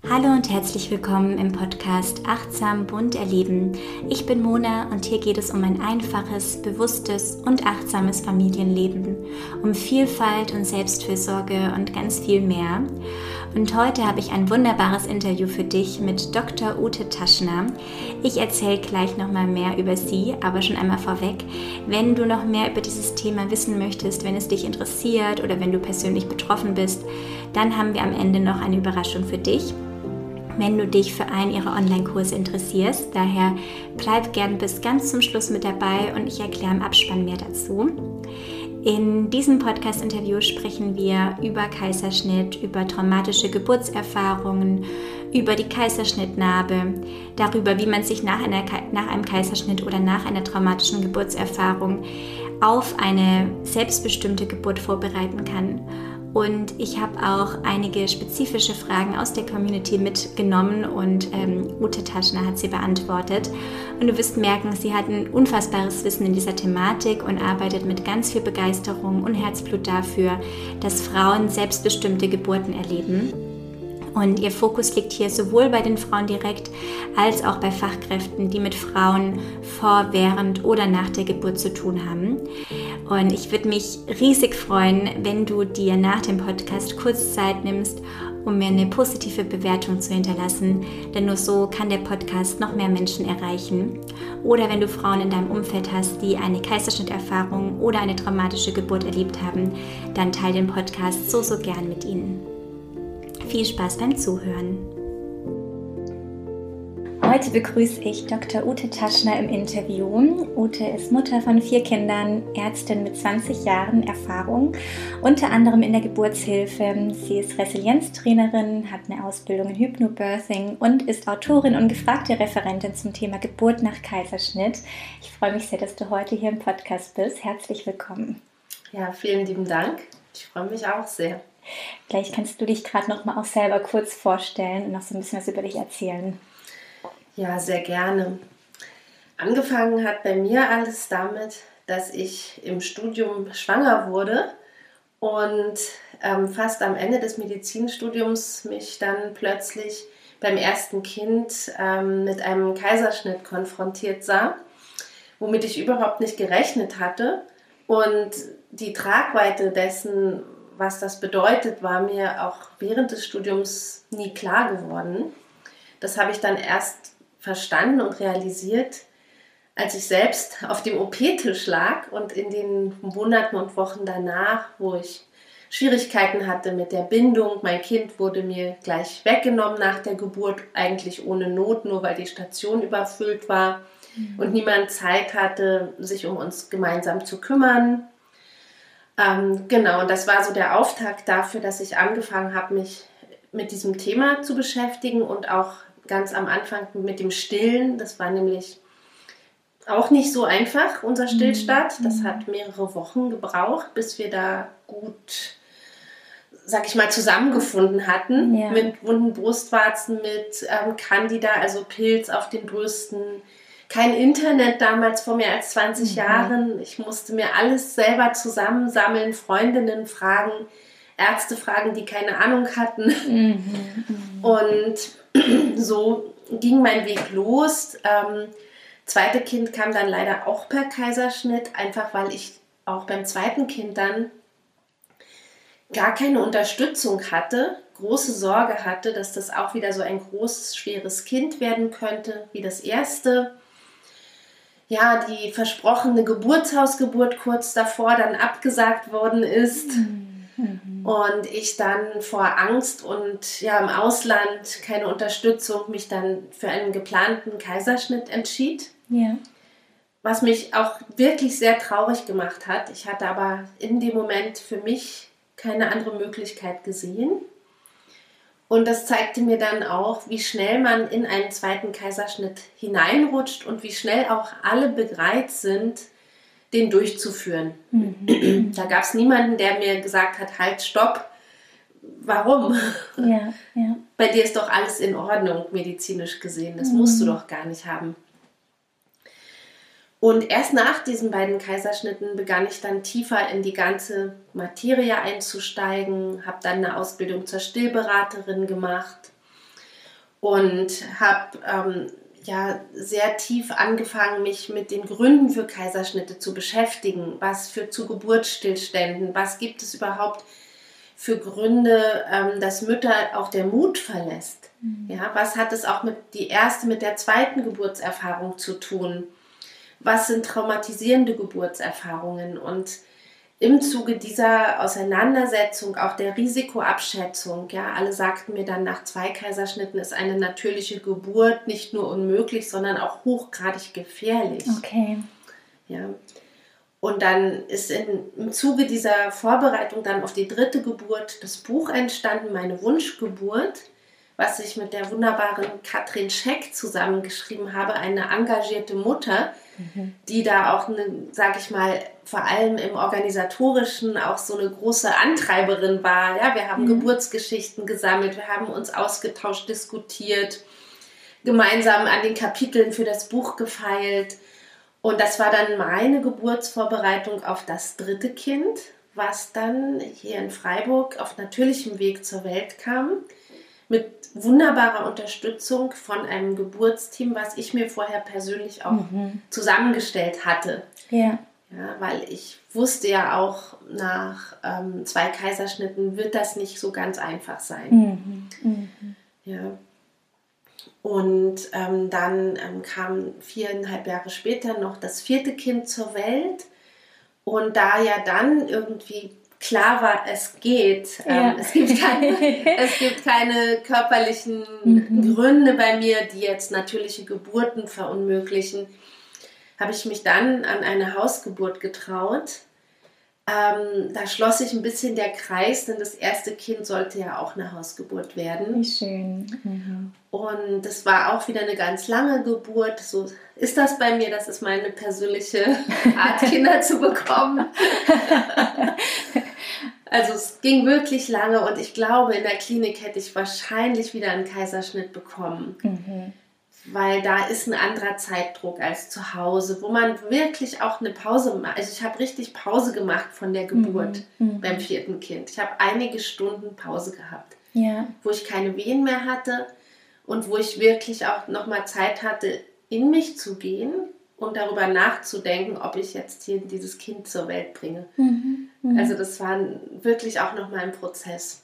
Hallo und herzlich willkommen im Podcast Achtsam bunt erleben. Ich bin Mona und hier geht es um ein einfaches, bewusstes und achtsames Familienleben, um Vielfalt und Selbstfürsorge und ganz viel mehr. Und heute habe ich ein wunderbares Interview für dich mit Dr. Ute Taschner. Ich erzähle gleich nochmal mehr über sie, aber schon einmal vorweg, wenn du noch mehr über dieses Thema wissen möchtest, wenn es dich interessiert oder wenn du persönlich betroffen bist, dann haben wir am Ende noch eine Überraschung für dich, wenn du dich für einen ihrer Online-Kurse interessierst. Daher bleib gern bis ganz zum Schluss mit dabei und ich erkläre im Abspann mehr dazu. In diesem Podcast-Interview sprechen wir über Kaiserschnitt, über traumatische Geburtserfahrungen, über die Kaiserschnittnarbe, darüber, wie man sich nach einem Kaiserschnitt oder nach einer traumatischen Geburtserfahrung auf eine selbstbestimmte Geburt vorbereiten kann. Und ich habe auch einige spezifische Fragen aus der Community mitgenommen und Ute Taschner hat sie beantwortet. Und du wirst merken, sie hat ein unfassbares Wissen in dieser Thematik und arbeitet mit ganz viel Begeisterung und Herzblut dafür, dass Frauen selbstbestimmte Geburten erleben. Und ihr Fokus liegt hier sowohl bei den Frauen direkt als auch bei Fachkräften, die mit Frauen vor, während oder nach der Geburt zu tun haben. Und ich würde mich riesig freuen, wenn du dir nach dem Podcast kurz Zeit nimmst, um mir eine positive Bewertung zu hinterlassen, denn nur so kann der Podcast noch mehr Menschen erreichen. Oder wenn du Frauen in deinem Umfeld hast, die eine Kaiserschnitterfahrung oder eine traumatische Geburt erlebt haben, dann teile den Podcast so gern mit ihnen. Viel Spaß beim Zuhören. Heute begrüße ich Dr. Ute Taschner im Interview. Ute ist Mutter von 4 Kindern, Ärztin mit 20 Jahren Erfahrung, unter anderem in der Geburtshilfe. Sie ist Resilienztrainerin, hat eine Ausbildung in Hypnobirthing und ist Autorin und gefragte Referentin zum Thema Geburt nach Kaiserschnitt. Ich freue mich sehr, dass du heute hier im Podcast bist. Herzlich willkommen. Ja, vielen lieben Dank. Ich freue mich auch sehr. Vielleicht kannst du dich gerade noch mal auch selber kurz vorstellen und noch so ein bisschen was über dich erzählen. Ja, sehr gerne. Angefangen hat bei mir alles damit, dass ich im Studium schwanger wurde und fast am Ende des Medizinstudiums mich dann plötzlich beim ersten Kind mit einem Kaiserschnitt konfrontiert sah, womit ich überhaupt nicht gerechnet hatte. Und die Tragweite dessen, was das bedeutet, war mir auch während des Studiums nie klar geworden. Das habe ich dann erst verstanden und realisiert, als ich selbst auf dem OP-Tisch lag und in den Monaten und Wochen danach, wo ich Schwierigkeiten hatte mit der Bindung. Mein Kind wurde mir gleich weggenommen nach der Geburt, eigentlich ohne Not, nur weil die Station überfüllt war und niemand Zeit hatte, sich um uns gemeinsam zu kümmern. Genau, und das war so der Auftakt dafür, dass ich angefangen habe, mich mit diesem Thema zu beschäftigen und auch ganz am Anfang mit dem Stillen. Das war nämlich auch nicht so einfach, unser Stillstart. Das hat mehrere Wochen gebraucht, bis wir da gut, sag ich mal, zusammengefunden hatten. Ja. Mit wunden Brustwarzen, mit Candida, also Pilz auf den Brüsten. Kein Internet damals vor mehr als 20 Jahren. Ich musste mir alles selber zusammensammeln, Freundinnen fragen, Ärzte fragen, die keine Ahnung hatten. Und so ging mein Weg los. Zweite Kind kam dann leider auch per Kaiserschnitt, einfach weil ich auch beim zweiten Kind dann gar keine Unterstützung hatte, große Sorge hatte, dass das auch wieder so ein großes, schweres Kind werden könnte wie das erste. Ja, die versprochene Geburtshausgeburt kurz davor dann abgesagt worden ist. Und ich dann vor Angst und ja im Ausland keine Unterstützung mich dann für einen geplanten Kaiserschnitt entschied. Ja. Was mich auch wirklich sehr traurig gemacht hat. Ich hatte aber in dem Moment für mich keine andere Möglichkeit gesehen. Und das zeigte mir dann auch, wie schnell man in einen zweiten Kaiserschnitt hineinrutscht und wie schnell auch alle bereit sind, den durchzuführen. Da gab es niemanden, der mir gesagt hat, halt, stopp, warum? Ja. Bei dir ist doch alles in Ordnung, medizinisch gesehen, das musst du doch gar nicht haben. Und erst nach diesen beiden Kaiserschnitten begann ich dann tiefer in die ganze Materie einzusteigen, habe dann eine Ausbildung zur Stillberaterin gemacht und habe sehr tief angefangen, mich mit den Gründen für Kaiserschnitte zu beschäftigen. Was führt zu Geburtsstillständen? Was gibt es überhaupt für Gründe, dass Mütter auch der Mut verlässt? Ja, was hat es auch mit der zweiten Geburtserfahrung zu tun? Was sind traumatisierende Geburtserfahrungen? Und im Zuge dieser Auseinandersetzung, auch der Risikoabschätzung, ja, alle sagten mir dann, nach 2 Kaiserschnitten ist eine natürliche Geburt nicht nur unmöglich, sondern auch hochgradig gefährlich. Okay. Ja. Und dann ist im Zuge dieser Vorbereitung dann auf die 3. Geburt das Buch entstanden, Meine Wunschgeburt, was ich mit der wunderbaren Katrin Scheck zusammengeschrieben habe, eine engagierte Mutter, die da auch, sage ich mal, vor allem im Organisatorischen auch so eine große Antreiberin war. Ja, wir haben Geburtsgeschichten gesammelt, wir haben uns ausgetauscht, diskutiert, gemeinsam an den Kapiteln für das Buch gefeilt. Und das war dann meine Geburtsvorbereitung auf das 3. Kind, was dann hier in Freiburg auf natürlichem Weg zur Welt kam, mit wunderbarer Unterstützung von einem Geburtsteam, was ich mir vorher persönlich auch zusammengestellt hatte. Ja, weil ich wusste ja auch, nach 2 Kaiserschnitten wird das nicht so ganz einfach sein. Ja. Und dann kam 4,5 Jahre später noch das 4. Kind zur Welt. Und da ja dann irgendwie klar war, es geht. Es gibt keine körperlichen Gründe bei mir, die jetzt natürliche Geburten verunmöglichen. Habe ich mich dann an eine Hausgeburt getraut. Da schloss sich ein bisschen der Kreis, denn das 1. Kind sollte ja auch eine Hausgeburt werden. Wie schön. Und das war auch wieder eine ganz lange Geburt. So ist das bei mir, das ist meine persönliche Art, Kinder zu bekommen. Also es ging wirklich lange und ich glaube, in der Klinik hätte ich wahrscheinlich wieder einen Kaiserschnitt bekommen. Weil da ist ein anderer Zeitdruck als zu Hause, wo man wirklich auch eine Pause macht. Also ich habe richtig Pause gemacht von der Geburt beim 4. Kind. Ich habe einige Stunden Pause gehabt, wo ich keine Wehen mehr hatte und wo ich wirklich auch nochmal Zeit hatte, in mich zu gehen und darüber nachzudenken, ob ich jetzt hier dieses Kind zur Welt bringe. Also das war wirklich auch nochmal ein Prozess.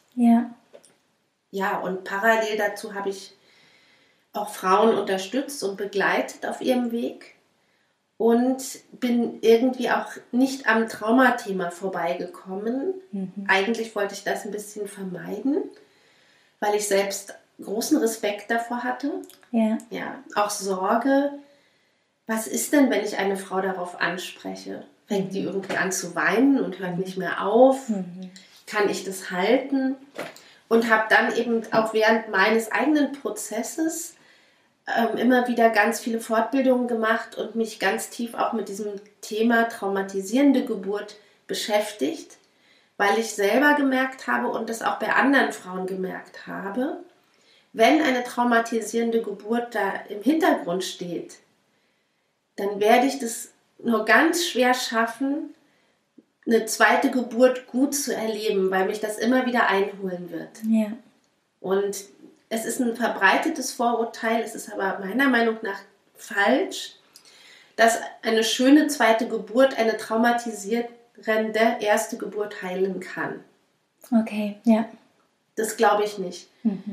Ja, und parallel dazu habe ich auch Frauen unterstützt und begleitet auf ihrem Weg und bin irgendwie auch nicht am Traumathema vorbeigekommen. Eigentlich wollte ich das ein bisschen vermeiden, weil ich selbst großen Respekt davor hatte. Ja, auch Sorge, was ist denn, wenn ich eine Frau darauf anspreche? Fängt die irgendwie an zu weinen und hört nicht mehr auf? Kann ich das halten? Und habe dann eben auch während meines eigenen Prozesses immer wieder ganz viele Fortbildungen gemacht und mich ganz tief auch mit diesem Thema traumatisierende Geburt beschäftigt, weil ich selber gemerkt habe und das auch bei anderen Frauen gemerkt habe, wenn eine traumatisierende Geburt da im Hintergrund steht, dann werde ich das nur ganz schwer schaffen, eine 2. Geburt gut zu erleben, weil mich das immer wieder einholen wird. Und es ist ein verbreitetes Vorurteil, es ist aber meiner Meinung nach falsch, dass eine schöne 2. Geburt eine traumatisierende 1. Geburt heilen kann. Okay, ja. Das glaube ich nicht.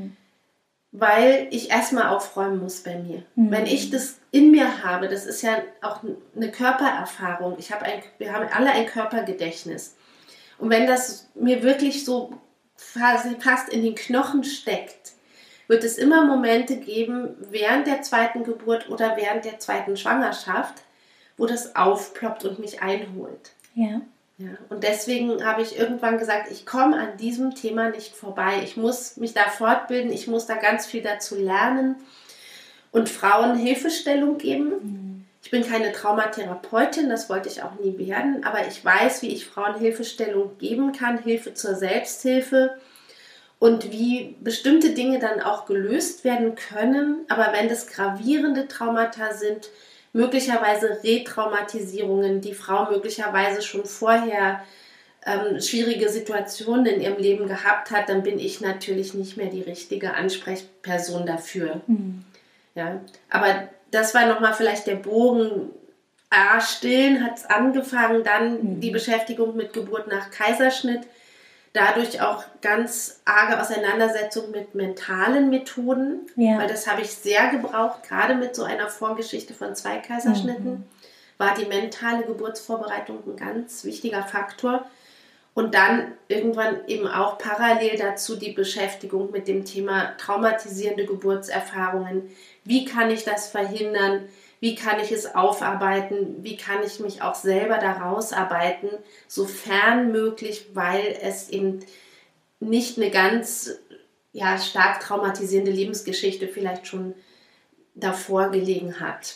Weil ich erstmal aufräumen muss bei mir. Wenn ich das in mir habe, das ist ja auch eine Körpererfahrung. Wir haben alle ein Körpergedächtnis. Und wenn das mir wirklich so fast in den Knochen steckt, wird es immer Momente geben, während der 2. Geburt oder während der 2. Schwangerschaft, wo das aufploppt und mich einholt. Ja, und deswegen habe ich irgendwann gesagt, ich komme an diesem Thema nicht vorbei. Ich muss mich da fortbilden, ich muss da ganz viel dazu lernen und Frauen Hilfestellung geben. Ich bin keine Traumatherapeutin, das wollte ich auch nie werden, aber ich weiß, wie ich Frauen Hilfestellung geben kann, Hilfe zur Selbsthilfe und wie bestimmte Dinge dann auch gelöst werden können. Aber wenn das gravierende Traumata sind, möglicherweise Retraumatisierungen, die Frau möglicherweise schon vorher schwierige Situationen in ihrem Leben gehabt hat, dann bin ich natürlich nicht mehr die richtige Ansprechperson dafür. Ja, aber das war nochmal vielleicht der Bogen. Stillen hat es angefangen, dann die Beschäftigung mit Geburt nach Kaiserschnitt, dadurch auch ganz arge Auseinandersetzung mit mentalen Methoden, weil das habe ich sehr gebraucht, gerade mit so einer Vorgeschichte von 2 Kaiserschnitten, war die mentale Geburtsvorbereitung ein ganz wichtiger Faktor. Und dann irgendwann eben auch parallel dazu die Beschäftigung mit dem Thema traumatisierende Geburtserfahrungen. Wie kann ich das verhindern? Wie kann ich es aufarbeiten? Wie kann ich mich auch selber da rausarbeiten, sofern möglich, weil es eben nicht eine ganz stark traumatisierende Lebensgeschichte vielleicht schon davor gelegen hat.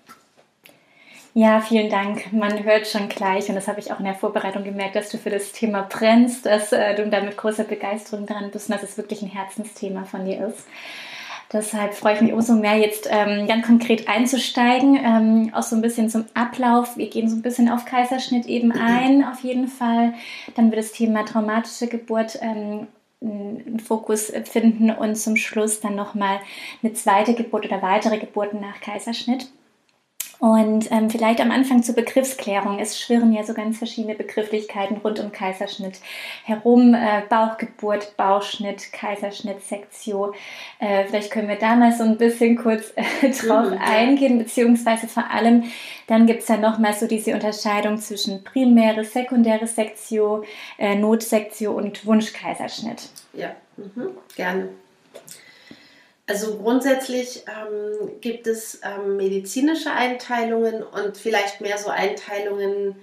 Ja, vielen Dank. Man hört schon gleich, und das habe ich auch in der Vorbereitung gemerkt, dass du für das Thema brennst, dass du da mit großer Begeisterung dran bist und dass es wirklich ein Herzensthema von dir ist. Deshalb freue ich mich umso mehr, jetzt ganz konkret einzusteigen, auch so ein bisschen zum Ablauf. Wir gehen so ein bisschen auf Kaiserschnitt eben ein, auf jeden Fall. Dann wird das Thema traumatische Geburt einen Fokus finden und zum Schluss dann nochmal eine zweite Geburt oder weitere Geburten nach Kaiserschnitt. Und vielleicht am Anfang zur Begriffsklärung. Es schwirren ja so ganz verschiedene Begrifflichkeiten rund um Kaiserschnitt herum. Bauchgeburt, Bauchschnitt, Kaiserschnitt, Sektio. Vielleicht können wir da mal so ein bisschen kurz drauf eingehen, beziehungsweise vor allem, dann gibt es ja nochmal so diese Unterscheidung zwischen primäre, sekundäre Sektio, Notsektio und Wunschkaiserschnitt. Ja, gerne. Also grundsätzlich gibt es medizinische Einteilungen und vielleicht mehr so Einteilungen,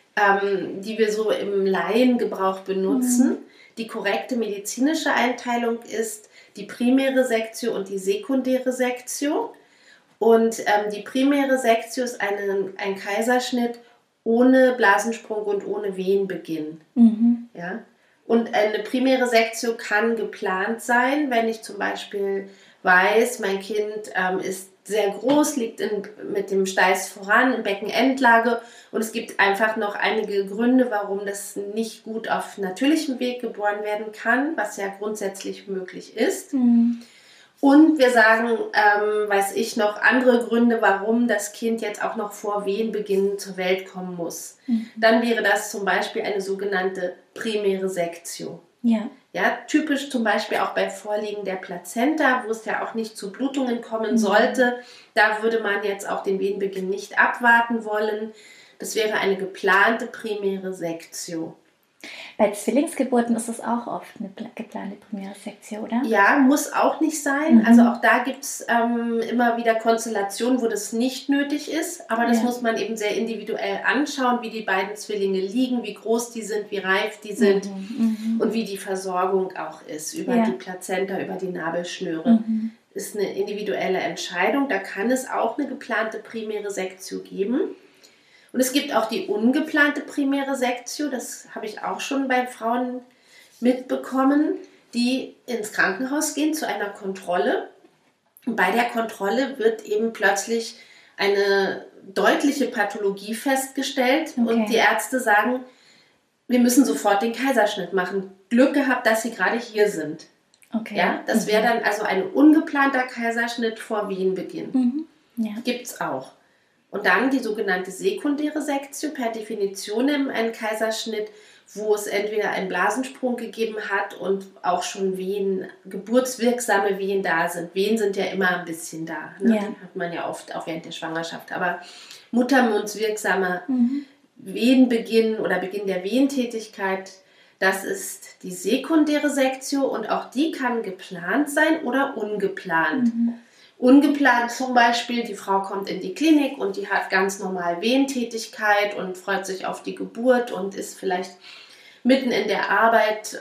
die wir so im Laiengebrauch benutzen. Die korrekte medizinische Einteilung ist die primäre Sektio und die sekundäre Sektio. Und die primäre Sektio ist ein Kaiserschnitt ohne Blasensprung und ohne Wehenbeginn. Ja? Und eine primäre Sektio kann geplant sein, wenn ich zum Beispiel weiß, mein Kind ist sehr groß, liegt mit dem Steiß voran in Beckenendlage und es gibt einfach noch einige Gründe, warum das nicht gut auf natürlichem Weg geboren werden kann, was ja grundsätzlich möglich ist. Und wir sagen, noch andere Gründe, warum das Kind jetzt auch noch vor Wehenbeginn zur Welt kommen muss. Dann wäre das zum Beispiel eine sogenannte primäre Sektio. Ja, typisch zum Beispiel auch bei Vorliegen der Plazenta, wo es ja auch nicht zu Blutungen kommen sollte. Da würde man jetzt auch den Wehenbeginn nicht abwarten wollen. Das wäre eine geplante primäre Sektio. Bei Zwillingsgeburten ist es auch oft eine geplante primäre Sektio, oder? Ja, muss auch nicht sein. Also auch da gibt es immer wieder Konstellationen, wo das nicht nötig ist. Aber das muss man eben sehr individuell anschauen, wie die beiden Zwillinge liegen, wie groß die sind, wie reif die sind und wie die Versorgung auch ist über die Plazenta, über die Nabelschnüre. Ist eine individuelle Entscheidung. Da kann es auch eine geplante primäre Sektio geben. Und es gibt auch die ungeplante primäre Sektio, das habe ich auch schon bei Frauen mitbekommen, die ins Krankenhaus gehen zu einer Kontrolle. Und bei der Kontrolle wird eben plötzlich eine deutliche Pathologie festgestellt und die Ärzte sagen, wir müssen sofort den Kaiserschnitt machen. Glück gehabt, dass Sie gerade hier sind. Ja, das wäre dann also ein ungeplanter Kaiserschnitt vor Wehenbeginn. Gibt es auch. Und dann die sogenannte sekundäre Sektio, per Definition ein Kaiserschnitt, wo es entweder einen Blasensprung gegeben hat und auch schon Wehen, geburtswirksame Wehen da sind. Wehen sind ja immer ein bisschen da. Ne? Die hat man ja oft auch während der Schwangerschaft. Aber muttermundswirksamer Wehenbeginn oder Beginn der Wehentätigkeit, das ist die sekundäre Sektio und auch die kann geplant sein oder ungeplant. Ungeplant zum Beispiel, die Frau kommt in die Klinik und die hat ganz normal Wehentätigkeit und freut sich auf die Geburt und ist vielleicht mitten in der Arbeit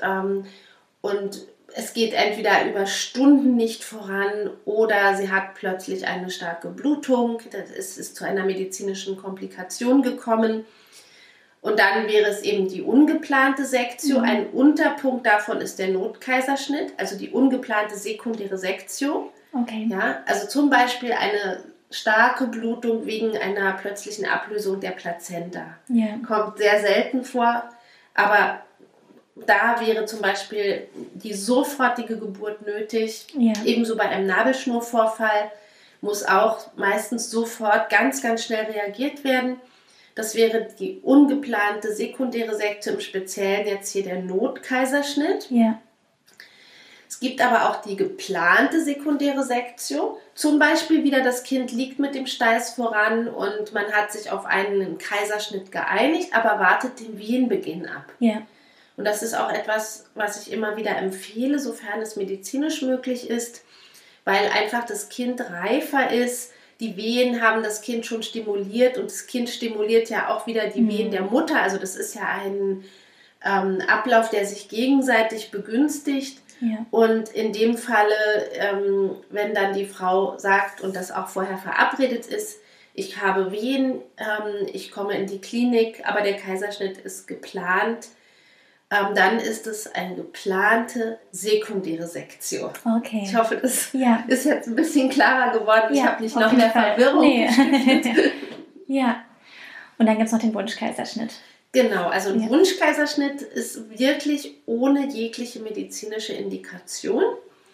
und es geht entweder über Stunden nicht voran oder sie hat plötzlich eine starke Blutung, es ist zu einer medizinischen Komplikation gekommen. Und dann wäre es eben die ungeplante Sektio. Ein Unterpunkt davon ist der Notkaiserschnitt, also die ungeplante sekundäre Sektio. Ja, also zum Beispiel eine starke Blutung wegen einer plötzlichen Ablösung der Plazenta. Kommt sehr selten vor, Aber da wäre zum Beispiel die sofortige Geburt nötig. Ja. Ebenso bei einem Nabelschnurvorfall muss auch meistens sofort ganz, ganz schnell reagiert werden. Das wäre die ungeplante sekundäre Sektion, im Speziellen jetzt hier der Notkaiserschnitt. Ja. Es gibt aber auch die geplante sekundäre Sektion. Zum Beispiel wieder das Kind liegt mit dem Steiß voran und man hat sich auf einen Kaiserschnitt geeinigt, aber wartet den Wehenbeginn ab. Ja. Und das ist auch etwas, was ich immer wieder empfehle, sofern es medizinisch möglich ist, weil einfach das Kind reifer ist. Die Wehen haben das Kind schon stimuliert und das Kind stimuliert ja auch wieder die Wehen der Mutter. Also das ist ja ein Ablauf, der sich gegenseitig begünstigt. Ja. Und in dem Falle, wenn dann die Frau sagt und das auch vorher verabredet ist, ich habe Wehen, ich komme in die Klinik, aber der Kaiserschnitt ist geplant, dann ist es eine geplante sekundäre Sektion. Okay. Ich hoffe, das ist jetzt ein bisschen klarer geworden. Ich habe nicht noch mehr Verwirrung gestiftet. Ja. Und dann gibt es noch den Wunschkaiserschnitt. Genau, also ein Wunschkaiserschnitt ist wirklich ohne jegliche medizinische Indikation.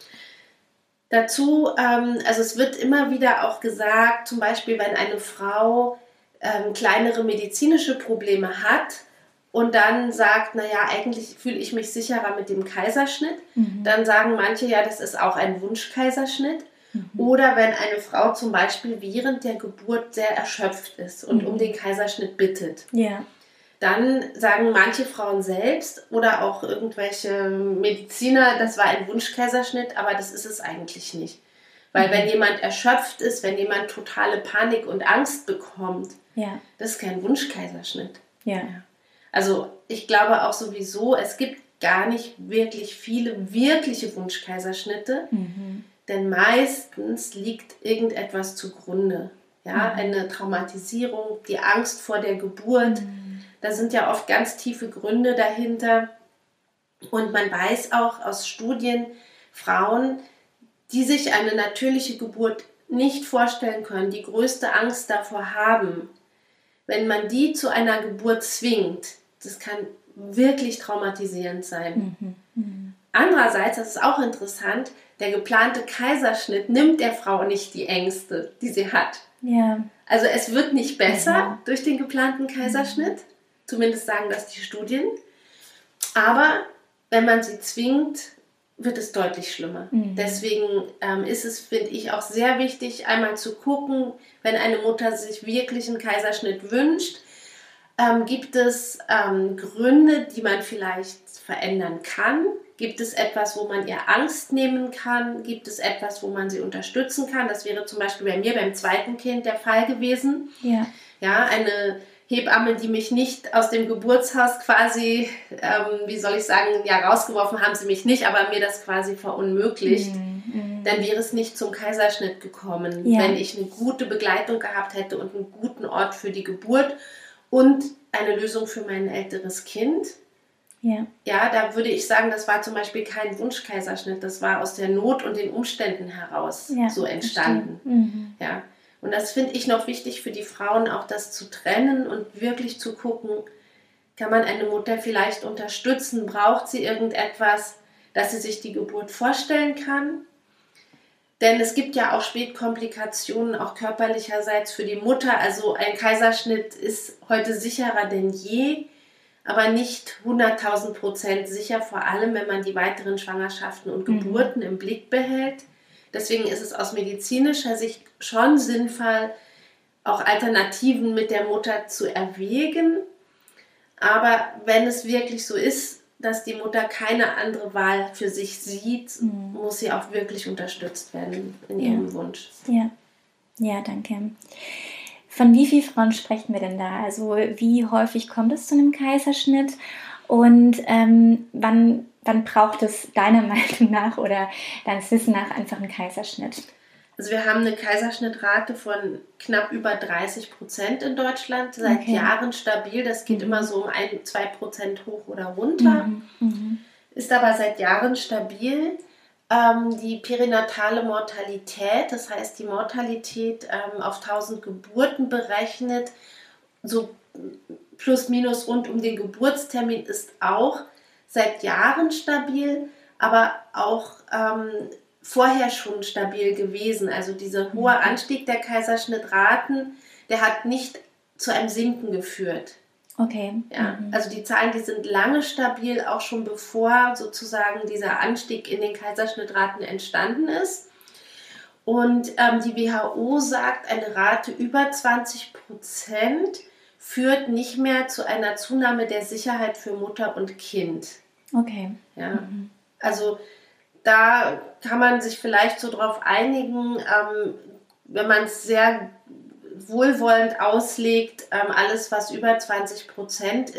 Dazu, also es wird immer wieder auch gesagt, zum Beispiel, wenn eine Frau kleinere medizinische Probleme hat und dann sagt, naja, eigentlich fühle ich mich sicherer mit dem Kaiserschnitt, dann sagen manche, ja, das ist auch ein Wunschkaiserschnitt. Oder wenn eine Frau zum Beispiel während der Geburt sehr erschöpft ist und um den Kaiserschnitt bittet. Ja. Dann sagen manche Frauen selbst oder auch irgendwelche Mediziner, das war ein Wunschkaiserschnitt, aber das ist es eigentlich nicht. Weil wenn jemand erschöpft ist, wenn jemand totale Panik und Angst bekommt, das ist kein Wunschkaiserschnitt. Ja. Also ich glaube auch sowieso, es gibt gar nicht wirklich viele wirkliche Wunschkaiserschnitte, denn meistens liegt irgendetwas zugrunde. Ja, eine Traumatisierung, die Angst vor der Geburt. Da sind ja oft ganz tiefe Gründe dahinter. Und man weiß auch aus Studien, Frauen, die sich eine natürliche Geburt nicht vorstellen können, die größte Angst davor haben, wenn man die zu einer Geburt zwingt, das kann wirklich traumatisierend sein. Andererseits, das ist auch interessant, der geplante Kaiserschnitt nimmt der Frau nicht die Ängste, die sie hat. Ja. Also es wird nicht besser durch den geplanten Kaiserschnitt. Zumindest sagen das die Studien. Aber wenn man sie zwingt, wird es deutlich schlimmer. Deswegen ist es, finde ich, auch sehr wichtig, einmal zu gucken, wenn eine Mutter sich wirklich einen Kaiserschnitt wünscht, gibt es Gründe, die man vielleicht verändern kann? Gibt es etwas, wo man ihr Angst nehmen kann? Gibt es etwas, wo man sie unterstützen kann? Das wäre zum Beispiel bei mir beim zweiten Kind der Fall gewesen. Ja, eine Hebamme, die mich nicht aus dem Geburtshaus quasi, rausgeworfen haben sie mich nicht, aber mir das quasi verunmöglicht. Dann wäre es nicht zum Kaiserschnitt gekommen, wenn ich eine gute Begleitung gehabt hätte und einen guten Ort für die Geburt und eine Lösung für mein älteres Kind. Ja, da würde ich sagen, das war zum Beispiel kein Wunschkaiserschnitt, das war aus der Not und den Umständen heraus so entstanden. Ja. Und das finde ich noch wichtig für die Frauen, auch das zu trennen und wirklich zu gucken, kann man eine Mutter vielleicht unterstützen, braucht sie irgendetwas, dass sie sich die Geburt vorstellen kann. Denn es gibt ja auch Spätkomplikationen, auch körperlicherseits für die Mutter. Also ein Kaiserschnitt ist heute sicherer denn je, aber nicht 100.000% sicher, vor allem wenn man die weiteren Schwangerschaften und Geburten im Blick behält. Deswegen ist es aus medizinischer Sicht schon sinnvoll, auch Alternativen mit der Mutter zu erwägen. Aber wenn es wirklich so ist, dass die Mutter keine andere Wahl für sich sieht, muss sie auch wirklich unterstützt werden in ihrem Wunsch. Ja, danke. Von wie vielen Frauen sprechen wir denn da? Also wie häufig kommt es zu einem Kaiserschnitt und wann braucht es deiner Meinung nach oder deines Wissens nach einfach einen Kaiserschnitt? Also wir haben eine Kaiserschnittrate von knapp über 30% in Deutschland, seit Jahren stabil. Das geht immer so um 1-2% hoch oder runter. Ist aber seit Jahren stabil. Die perinatale Mortalität, das heißt die Mortalität auf 1000 Geburten berechnet, so plus minus rund um den Geburtstermin ist auch seit Jahren stabil, aber auch vorher schon stabil gewesen. Also dieser hohe Anstieg der Kaiserschnittraten, der hat nicht zu einem Sinken geführt. Okay. Ja, also die Zahlen, die sind lange stabil, auch schon bevor sozusagen dieser Anstieg in den Kaiserschnittraten entstanden ist. Und die WHO sagt, eine Rate über 20% führt nicht mehr zu einer Zunahme der Sicherheit für Mutter und Kind. Okay. Ja, also da kann man sich vielleicht so drauf einigen, wenn man es sehr wohlwollend auslegt, alles was über 20%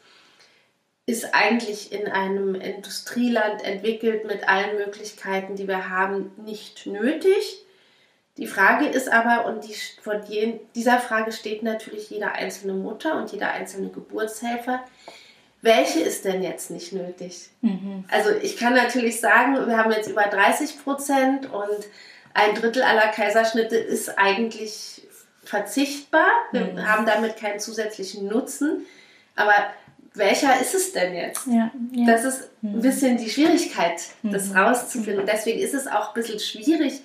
ist eigentlich in einem Industrieland entwickelt mit allen Möglichkeiten, die wir haben, nicht nötig. Die Frage ist aber, und vor dieser Frage steht natürlich jede einzelne Mutter und jeder einzelne Geburtshelfer, welche ist denn jetzt nicht nötig? Also ich kann natürlich sagen, wir haben jetzt über 30% und ein Drittel aller Kaiserschnitte ist eigentlich verzichtbar. Wir haben damit keinen zusätzlichen Nutzen. Aber welcher ist es denn jetzt? Ja. Das ist ein bisschen die Schwierigkeit, das rauszufinden. Deswegen ist es auch ein bisschen schwierig,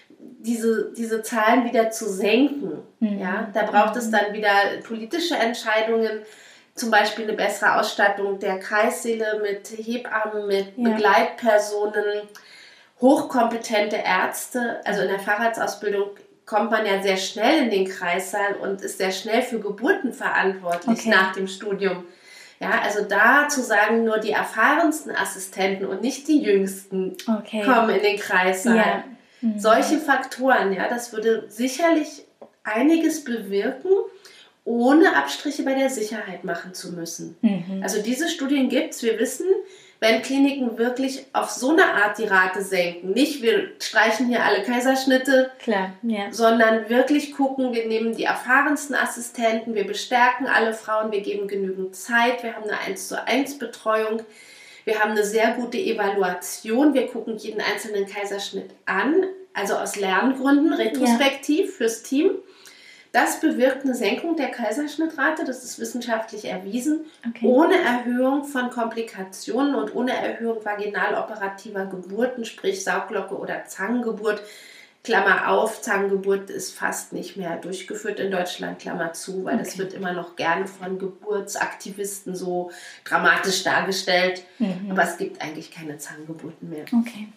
diese Zahlen wieder zu senken. Ja? Da braucht es dann wieder politische Entscheidungen, zum Beispiel eine bessere Ausstattung der Kreissäle mit Hebammen, mit Begleitpersonen, hochkompetente Ärzte. Also in der Facharztausbildung kommt man ja sehr schnell in den Kreissaal und ist sehr schnell für Geburten verantwortlich nach dem Studium. Ja, also da zu sagen, nur die erfahrensten Assistenten und nicht die jüngsten kommen in den Kreissaal. Ja. Solche Faktoren, ja, das würde sicherlich einiges bewirken, ohne Abstriche bei der Sicherheit machen zu müssen. Also diese Studien gibt es. Wir wissen, wenn Kliniken wirklich auf so eine Art die Rate senken, nicht wir streichen hier alle Kaiserschnitte, sondern wirklich gucken, wir nehmen die erfahrensten Assistenten, wir bestärken alle Frauen, wir geben genügend Zeit, wir haben eine 1:1 Betreuung, wir haben eine sehr gute Evaluation, wir gucken jeden einzelnen Kaiserschnitt an, also aus Lerngründen, retrospektiv fürs Team. Das bewirkt eine Senkung der Kaiserschnittrate, das ist wissenschaftlich erwiesen, ohne Erhöhung von Komplikationen und ohne Erhöhung vaginaloperativer Geburten, sprich Sauglocke oder Zangengeburt. Klammer auf, Zangengeburt ist fast nicht mehr durchgeführt in Deutschland, Klammer zu, weil das wird immer noch gerne von Geburtsaktivisten so dramatisch dargestellt. Aber es gibt eigentlich keine Zangengeburten mehr. Okay.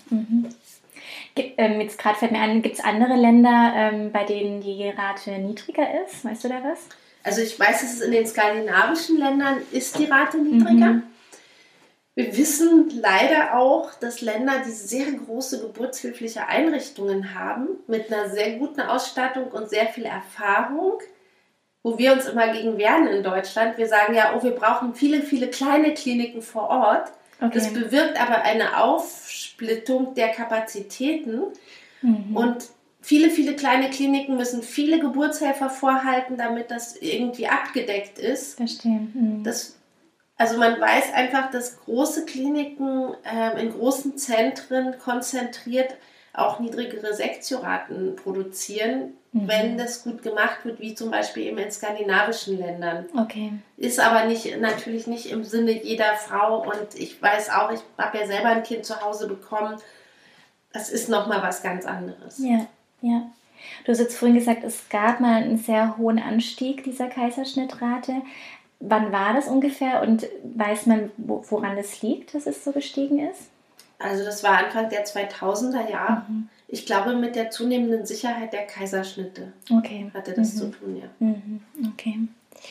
Jetzt gerade fällt mir an, gibt es andere Länder, bei denen die Rate niedriger ist? Weißt du da was? Also ich weiß, dass es in den skandinavischen Ländern ist die Rate niedriger. Wir wissen leider auch, dass Länder, die sehr große geburtshilfliche Einrichtungen haben, mit einer sehr guten Ausstattung und sehr viel Erfahrung, wo wir uns immer gegen wehren in Deutschland. Wir sagen ja, wir brauchen viele, viele kleine Kliniken vor Ort. Das bewirkt aber eine Aufsplittung der Kapazitäten und viele, viele kleine Kliniken müssen viele Geburtshelfer vorhalten, damit das irgendwie abgedeckt ist. Verstehe. Also man weiß einfach, dass große Kliniken in großen Zentren konzentriert auch niedrigere Sektioraten produzieren, wenn das gut gemacht wird, wie zum Beispiel eben in skandinavischen Ländern. Ist aber natürlich nicht im Sinne jeder Frau und ich weiß auch, ich habe ja selber ein Kind zu Hause bekommen, das ist nochmal was ganz anderes. Ja. Du hast jetzt vorhin gesagt, es gab mal einen sehr hohen Anstieg dieser Kaiserschnittrate. Wann war das ungefähr und weiß man, woran das liegt, dass es so gestiegen ist? Also das war Anfang der 2000er Jahre. Ich glaube, mit der zunehmenden Sicherheit der Kaiserschnitte hatte das zu tun, Okay.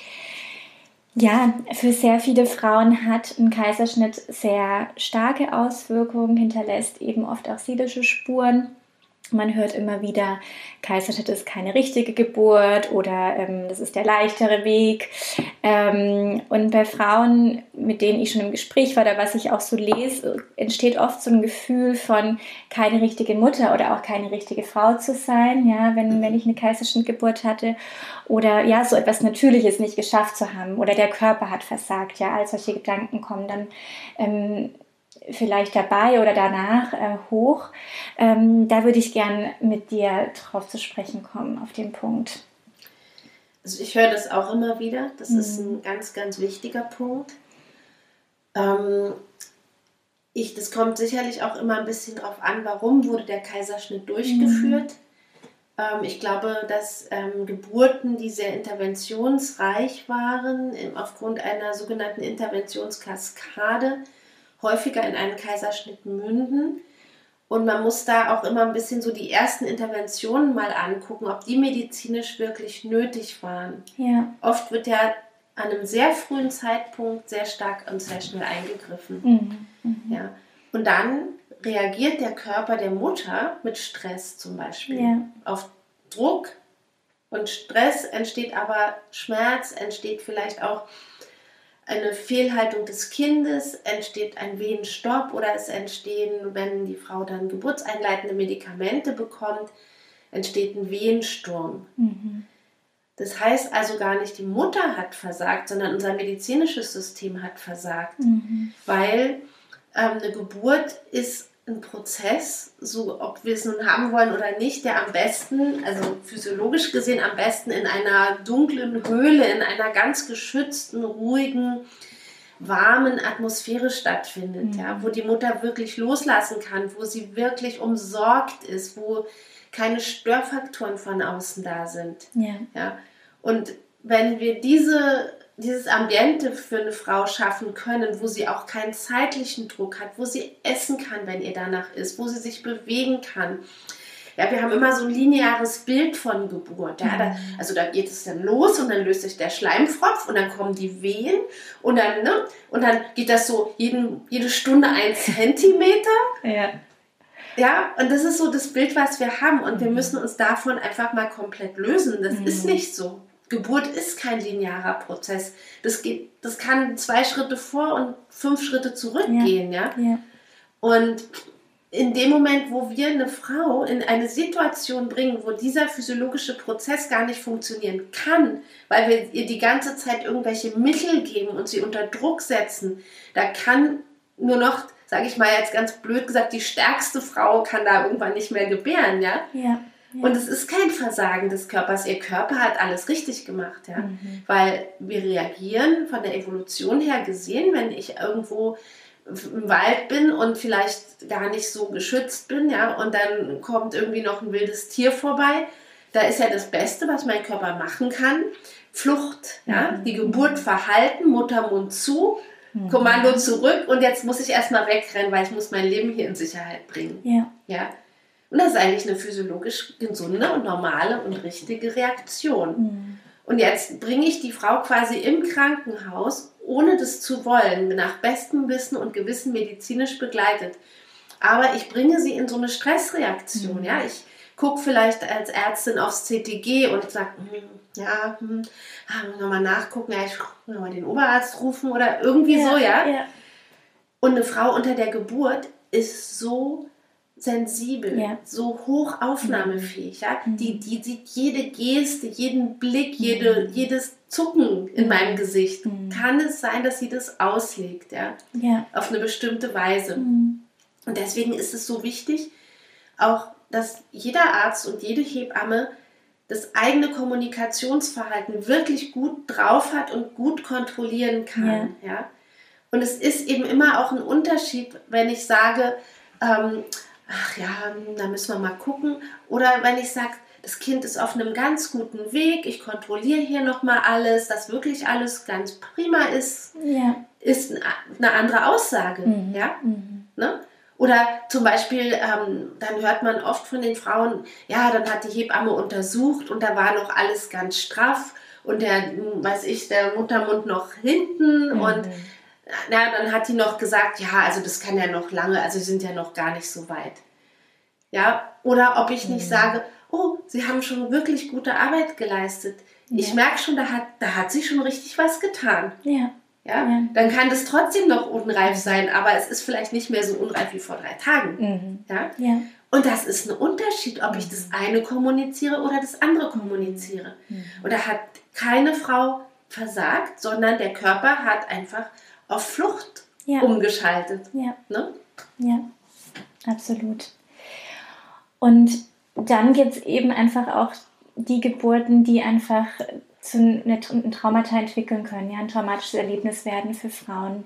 Ja, für sehr viele Frauen hat ein Kaiserschnitt sehr starke Auswirkungen, hinterlässt eben oft auch seelische Spuren. Man hört immer wieder, Kaiserschnitt ist keine richtige Geburt oder das ist der leichtere Weg. Und bei Frauen, mit denen ich schon im Gespräch war oder was ich auch so lese, entsteht oft so ein Gefühl von keine richtige Mutter oder auch keine richtige Frau zu sein, ja, wenn ich eine Kaiserschnittgeburt hatte oder ja, so etwas Natürliches nicht geschafft zu haben oder der Körper hat versagt. Ja, all solche Gedanken kommen dann vielleicht dabei oder danach hoch. Da würde ich gern mit dir drauf zu sprechen kommen, auf den Punkt. Also ich höre das auch immer wieder. Das ist ein ganz, ganz wichtiger Punkt. Das kommt sicherlich auch immer ein bisschen drauf an, warum wurde der Kaiserschnitt durchgeführt. Ich glaube, dass Geburten, die sehr interventionsreich waren, aufgrund einer sogenannten Interventionskaskade, häufiger in einen Kaiserschnitt münden. Und man muss da auch immer ein bisschen so die ersten Interventionen mal angucken, ob die medizinisch wirklich nötig waren. Ja. Oft wird ja an einem sehr frühen Zeitpunkt sehr stark und sehr schnell eingegriffen. Ja. Und dann reagiert der Körper der Mutter mit Stress zum Beispiel auf Druck. Und Stress entsteht aber Schmerz, entsteht vielleicht auch eine Fehlhaltung des Kindes, entsteht ein Wehenstopp oder es entstehen, wenn die Frau dann geburtseinleitende Medikamente bekommt, entsteht ein Wehensturm. Das heißt also gar nicht, die Mutter hat versagt, sondern unser medizinisches System hat versagt. Weil eine Geburt ist ein Prozess, so ob wir es nun haben wollen oder nicht, der am besten, also physiologisch gesehen am besten in einer dunklen Höhle, in einer ganz geschützten, ruhigen, warmen Atmosphäre stattfindet, ja, wo die Mutter wirklich loslassen kann, wo sie wirklich umsorgt ist, wo keine Störfaktoren von außen da sind. Ja. Und wenn wir dieses Ambiente für eine Frau schaffen können, wo sie auch keinen zeitlichen Druck hat, wo sie essen kann, wenn ihr danach ist, wo sie sich bewegen kann. Ja, wir haben immer so ein lineares Bild von Geburt. Ja, da geht es dann los und dann löst sich der Schleimfropf und dann kommen die Wehen und dann geht das so jede Stunde 1 Zentimeter. Ja, und das ist so das Bild, was wir haben und wir müssen uns davon einfach mal komplett lösen. Das ist nicht so. Geburt ist kein linearer Prozess. Das kann 2 Schritte vor und 5 Schritte zurückgehen. Ja? Und in dem Moment, wo wir eine Frau in eine Situation bringen, wo dieser physiologische Prozess gar nicht funktionieren kann, weil wir ihr die ganze Zeit irgendwelche Mittel geben und sie unter Druck setzen, da kann nur noch, sage ich mal jetzt ganz blöd gesagt, die stärkste Frau kann da irgendwann nicht mehr gebären. Ja? Und es ist kein Versagen des Körpers. Ihr Körper hat alles richtig gemacht, ja, weil wir reagieren von der Evolution her gesehen, wenn ich irgendwo im Wald bin und vielleicht gar nicht so geschützt bin, ja, und dann kommt irgendwie noch ein wildes Tier vorbei. Da ist ja das Beste, was mein Körper machen kann, Flucht, ja, die Geburt verhalten, Muttermund zu, Kommando zurück und jetzt muss ich erstmal wegrennen, weil ich muss mein Leben hier in Sicherheit bringen. Ja. Und das ist eigentlich eine physiologisch gesunde und normale und richtige Reaktion. Und jetzt bringe ich die Frau quasi im Krankenhaus, ohne das zu wollen, nach bestem Wissen und Gewissen medizinisch begleitet. Aber ich bringe sie in so eine Stressreaktion. Ja? Ich gucke vielleicht als Ärztin aufs CTG und sage, nochmal nachgucken, ja, ich muss nochmal den Oberarzt rufen oder irgendwie so. Ja? Und eine Frau unter der Geburt ist so sensibel, so hoch aufnahmefähig. Ja? Die sieht jede Geste, jeden Blick, jedes Zucken in meinem Gesicht. Kann es sein, dass sie das auslegt, auf eine bestimmte Weise. Und deswegen ist es so wichtig, auch, dass jeder Arzt und jede Hebamme das eigene Kommunikationsverhalten wirklich gut drauf hat und gut kontrollieren kann. Ja? Und es ist eben immer auch ein Unterschied, wenn ich sage, da müssen wir mal gucken. Oder wenn ich sage, das Kind ist auf einem ganz guten Weg, ich kontrolliere hier nochmal alles, dass wirklich alles ganz prima ist, ist eine andere Aussage. Ja? Ne? Oder zum Beispiel, dann hört man oft von den Frauen, ja, dann hat die Hebamme untersucht und da war noch alles ganz straff und der Muttermund noch hinten und dann hat die noch gesagt, ja, also das kann ja noch lange, also sie sind ja noch gar nicht so weit. Ja, oder ob ich nicht sage, oh, sie haben schon wirklich gute Arbeit geleistet. Ich merke schon, da hat sich schon richtig was getan. Ja, dann kann das trotzdem noch unreif sein, aber es ist vielleicht nicht mehr so unreif wie vor 3 Tagen. Ja? Und das ist ein Unterschied, ob ich das eine kommuniziere oder das andere kommuniziere. Und da hat keine Frau versagt, sondern der Körper hat einfach auf Flucht umgeschaltet. Ne? Ja, absolut. Und dann gibt es eben einfach auch die Geburten, die einfach ein Traumata entwickeln können, ja, ein traumatisches Erlebnis werden für Frauen.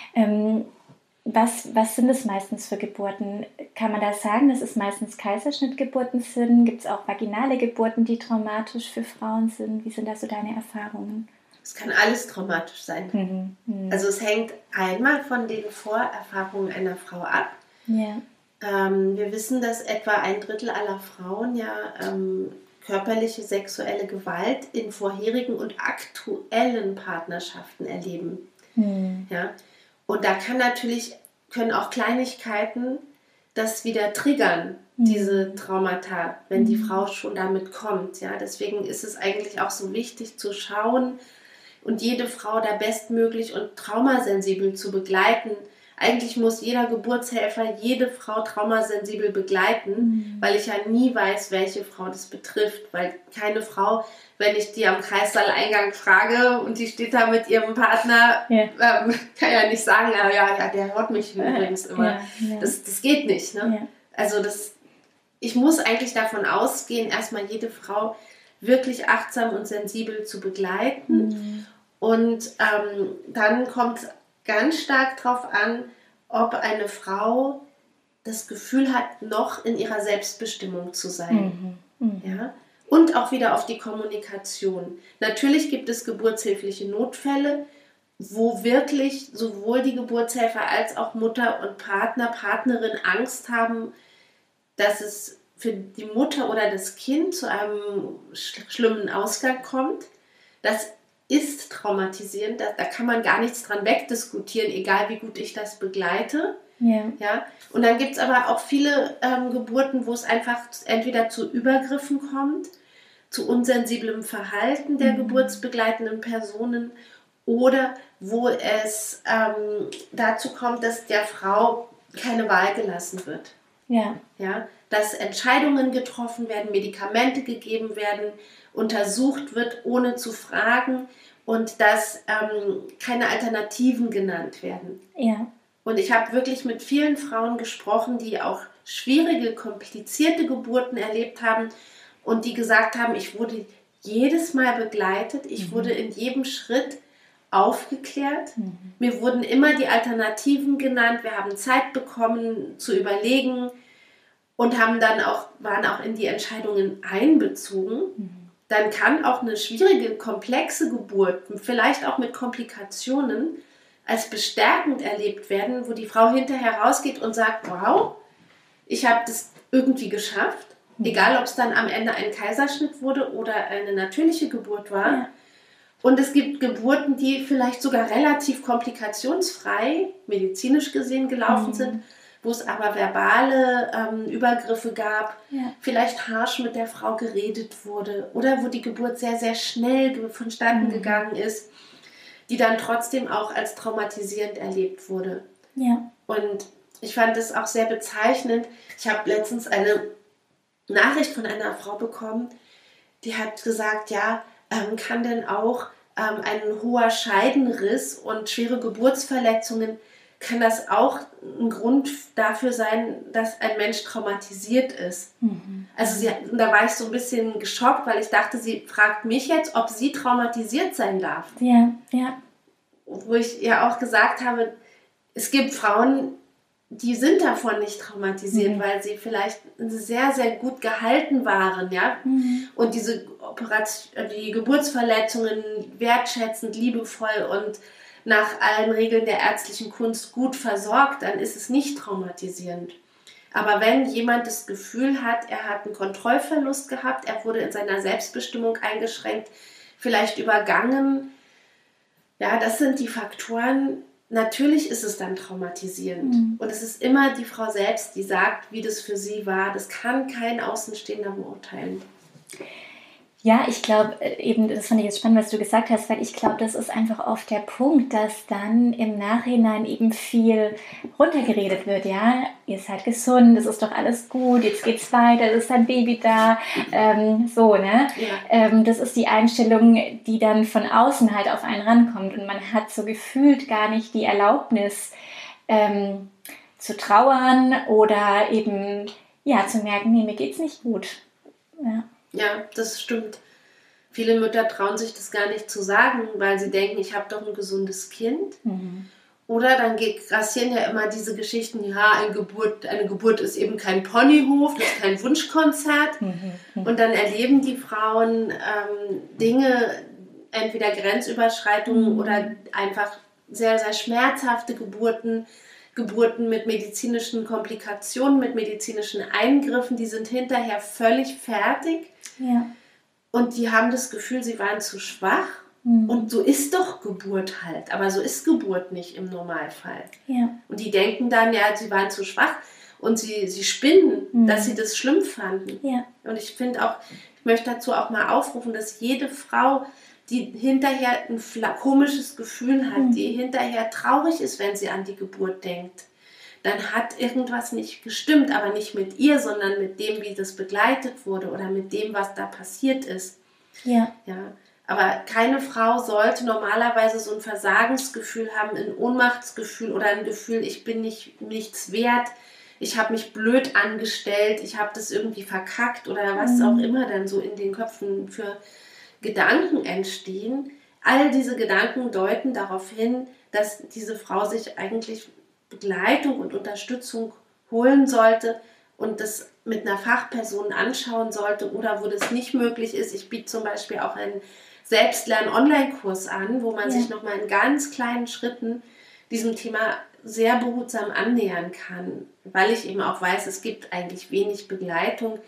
Was sind es meistens für Geburten? Kann man da sagen, dass es meistens Kaiserschnittgeburten sind? Gibt es auch vaginale Geburten, die traumatisch für Frauen sind? Wie sind da so deine Erfahrungen? Es kann alles traumatisch sein. Also es hängt einmal von den Vorerfahrungen einer Frau ab. Ja. Wir wissen, dass etwa 1/3 aller Frauen ja körperliche sexuelle Gewalt in vorherigen und aktuellen Partnerschaften erleben. Ja? Und da können auch Kleinigkeiten das wieder triggern, diese Traumata, wenn die Frau schon damit kommt. Ja? Deswegen ist es eigentlich auch so wichtig zu schauen und jede Frau da bestmöglich und traumasensibel zu begleiten. Eigentlich muss jeder Geburtshelfer jede Frau traumasensibel begleiten, weil ich ja nie weiß, welche Frau das betrifft. Weil keine Frau, wenn ich die am Kreissaal-Eingang frage und die steht da mit ihrem Partner, kann ja nicht sagen, ja, der hört mich übrigens immer. Das geht nicht. Ne? Ja. Also ich muss eigentlich davon ausgehen, erstmal jede Frau wirklich achtsam und sensibel zu begleiten. Und dann kommt es ganz stark darauf an, ob eine Frau das Gefühl hat, noch in ihrer Selbstbestimmung zu sein. Ja? Und auch wieder auf die Kommunikation. Natürlich gibt es geburtshilfliche Notfälle, wo wirklich sowohl die Geburtshelfer als auch Mutter und Partnerin Angst haben, dass es für die Mutter oder das Kind zu einem schlimmen Ausgang kommt. Das ist traumatisierend, da kann man gar nichts dran wegdiskutieren, egal wie gut ich das begleite. Ja? Und dann gibt es aber auch viele Geburten, wo es einfach entweder zu Übergriffen kommt, zu unsensiblem Verhalten der geburtsbegleitenden Personen oder wo es dazu kommt, dass der Frau keine Wahl gelassen wird. Ja? Dass Entscheidungen getroffen werden, Medikamente gegeben werden, untersucht wird, ohne zu fragen und dass keine Alternativen genannt werden. Ja. Und ich habe wirklich mit vielen Frauen gesprochen, die auch schwierige, komplizierte Geburten erlebt haben und die gesagt haben, ich wurde jedes Mal begleitet, ich wurde in jedem Schritt aufgeklärt, mir wurden immer die Alternativen genannt, wir haben Zeit bekommen zu überlegen und waren auch in die Entscheidungen einbezogen. Dann kann auch eine schwierige, komplexe Geburt, vielleicht auch mit Komplikationen, als bestärkend erlebt werden, wo die Frau hinterher rausgeht und sagt, wow, ich habe das irgendwie geschafft, egal ob es dann am Ende ein Kaiserschnitt wurde oder eine natürliche Geburt war. Ja. Und es gibt Geburten, die vielleicht sogar relativ komplikationsfrei, medizinisch gesehen gelaufen sind, wo es aber verbale Übergriffe gab, vielleicht harsch mit der Frau geredet wurde oder wo die Geburt sehr, sehr schnell vonstatten gegangen ist, die dann trotzdem auch als traumatisierend erlebt wurde. Ja. Und ich fand das auch sehr bezeichnend. Ich habe letztens eine Nachricht von einer Frau bekommen, die hat gesagt, kann denn auch ein hoher Scheidenriss und schwere Geburtsverletzungen, kann das auch ein Grund dafür sein, dass ein Mensch traumatisiert ist. Also da war ich so ein bisschen geschockt, weil ich dachte, sie fragt mich jetzt, ob sie traumatisiert sein darf. Ja. Wo ich ja auch gesagt habe, es gibt Frauen, die sind davon nicht traumatisiert, weil sie vielleicht sehr, sehr gut gehalten waren, ja. Und die Geburtsverletzungen wertschätzend, liebevoll und nach allen Regeln der ärztlichen Kunst gut versorgt, dann ist es nicht traumatisierend. Aber wenn jemand das Gefühl hat, er hat einen Kontrollverlust gehabt, er wurde in seiner Selbstbestimmung eingeschränkt, vielleicht übergangen, das sind die Faktoren. Natürlich ist es dann traumatisierend. Und es ist immer die Frau selbst, die sagt, wie das für sie war. Das kann kein Außenstehender beurteilen. Ja, ich glaube, eben, das fand ich jetzt spannend, was du gesagt hast, weil ich glaube, das ist einfach oft der Punkt, dass dann im Nachhinein eben viel runtergeredet wird, ja, ihr seid gesund, es ist doch alles gut, jetzt geht's weiter, es ist ein Baby da, so, ne? Ja. Das ist die Einstellung, die dann von außen halt auf einen rankommt und man hat so gefühlt gar nicht die Erlaubnis zu trauern oder eben, zu merken, nee, mir geht's nicht gut, Ja, das stimmt. Viele Mütter trauen sich das gar nicht zu sagen, weil sie denken, ich habe doch ein gesundes Kind. Oder dann grassieren ja immer diese Geschichten, ja, eine Geburt ist eben kein Ponyhof, das ist kein Wunschkonzert. Und dann erleben die Frauen Dinge, entweder Grenzüberschreitungen oder einfach sehr, sehr schmerzhafte Geburten mit medizinischen Komplikationen, mit medizinischen Eingriffen, die sind hinterher völlig fertig. Ja. Und die haben das Gefühl, sie waren zu schwach. Und so ist doch Geburt halt. Aber so ist Geburt nicht im Normalfall. Ja. Und die denken dann, ja, sie waren zu schwach. Und sie spinnen, dass sie das schlimm fanden. Ja. Und ich möchte dazu auch mal aufrufen, dass jede Frau, die hinterher ein komisches Gefühl hat, die hinterher traurig ist, wenn sie an die Geburt denkt, dann hat irgendwas nicht gestimmt, aber nicht mit ihr, sondern mit dem, wie das begleitet wurde oder mit dem, was da passiert ist. Ja. Ja. Aber keine Frau sollte normalerweise so ein Versagensgefühl haben, ein Ohnmachtsgefühl oder ein Gefühl, ich bin nichts wert, ich habe mich blöd angestellt, ich habe das irgendwie verkackt oder was auch immer dann so in den Köpfen für Gedanken entstehen. All diese Gedanken deuten darauf hin, dass diese Frau sich eigentlich Begleitung und Unterstützung holen sollte und das mit einer Fachperson anschauen sollte oder wo das nicht möglich ist. Ich biete zum Beispiel auch einen Selbstlern-Online-Kurs an, wo man sich nochmal in ganz kleinen Schritten diesem Thema sehr behutsam annähern kann, weil ich eben auch weiß, es gibt eigentlich wenig Begleitung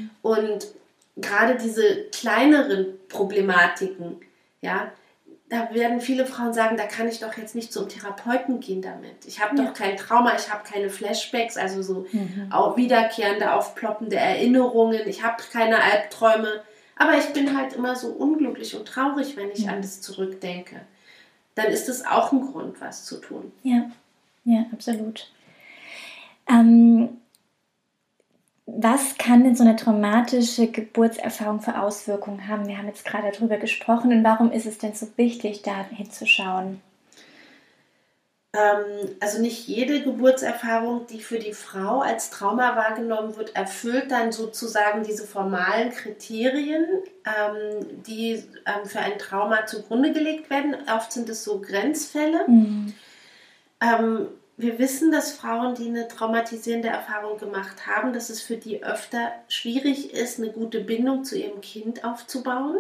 und gerade diese kleineren Problematiken, ja, da werden viele Frauen sagen, da kann ich doch jetzt nicht zum Therapeuten gehen damit. Ich habe doch kein Trauma, ich habe keine Flashbacks, also so auch wiederkehrende, aufploppende Erinnerungen, ich habe keine Albträume, aber ich bin halt immer so unglücklich und traurig, wenn ich an das zurückdenke. Dann ist es auch ein Grund, was zu tun. Ja, absolut. Was kann denn so eine traumatische Geburtserfahrung für Auswirkungen haben? Wir haben jetzt gerade darüber gesprochen. Und warum ist es denn so wichtig, da hinzuschauen? Also nicht jede Geburtserfahrung, die für die Frau als Trauma wahrgenommen wird, erfüllt dann sozusagen diese formalen Kriterien, die für ein Trauma zugrunde gelegt werden. Oft sind es so Grenzfälle. Wir wissen, dass Frauen, die eine traumatisierende Erfahrung gemacht haben, dass es für die öfter schwierig ist, eine gute Bindung zu ihrem Kind aufzubauen,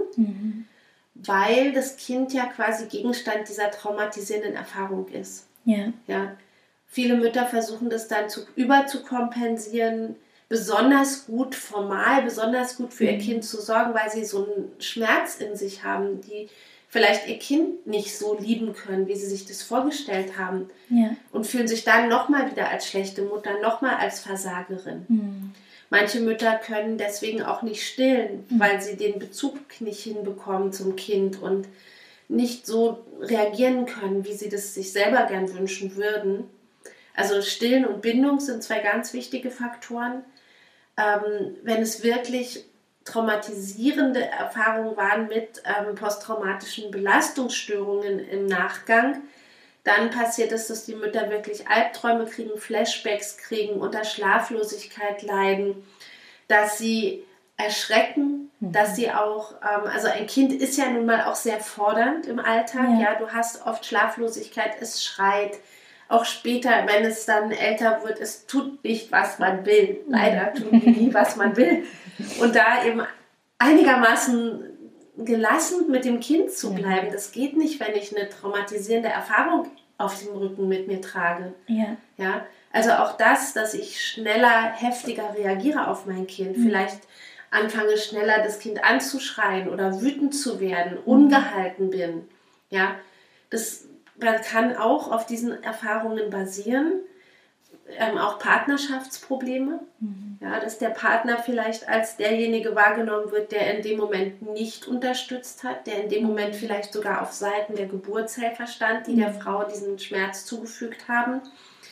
weil das Kind ja quasi Gegenstand dieser traumatisierenden Erfahrung ist. Ja. Viele Mütter versuchen das dann überzukompensieren, besonders gut formal, besonders gut für ihr Kind zu sorgen, weil sie so einen Schmerz in sich haben, die vielleicht ihr Kind nicht so lieben können, wie sie sich das vorgestellt haben. Und fühlen sich dann nochmal wieder als schlechte Mutter, nochmal als Versagerin. Manche Mütter können deswegen auch nicht stillen, weil sie den Bezug nicht hinbekommen zum Kind und nicht so reagieren können, wie sie das sich selber gern wünschen würden. Also Stillen und Bindung sind zwei ganz wichtige Faktoren. Wenn es wirklich traumatisierende Erfahrungen waren mit posttraumatischen Belastungsstörungen im Nachgang, dann passiert es, dass die Mütter wirklich Albträume kriegen, Flashbacks kriegen, unter Schlaflosigkeit leiden, dass sie erschrecken, dass sie auch, also ein Kind ist ja nun mal auch sehr fordernd im Alltag, ja, du hast oft Schlaflosigkeit, es schreit, auch später, wenn es dann älter wird, es tut nicht, was man will. Leider tun die nie, was man will. Und da eben einigermaßen gelassen mit dem Kind zu bleiben, das geht nicht, wenn ich eine traumatisierende Erfahrung auf dem Rücken mit mir trage. Ja? Also auch das, dass ich schneller, heftiger reagiere auf mein Kind, vielleicht anfange schneller das Kind anzuschreien oder wütend zu werden, ungehalten bin. Ja, das kann auch auf diesen Erfahrungen basieren. Auch Partnerschaftsprobleme, ja, dass der Partner vielleicht als derjenige wahrgenommen wird, der in dem Moment nicht unterstützt hat, der in dem Moment vielleicht sogar auf Seiten der Geburtshelfer stand, die der Frau diesen Schmerz zugefügt haben.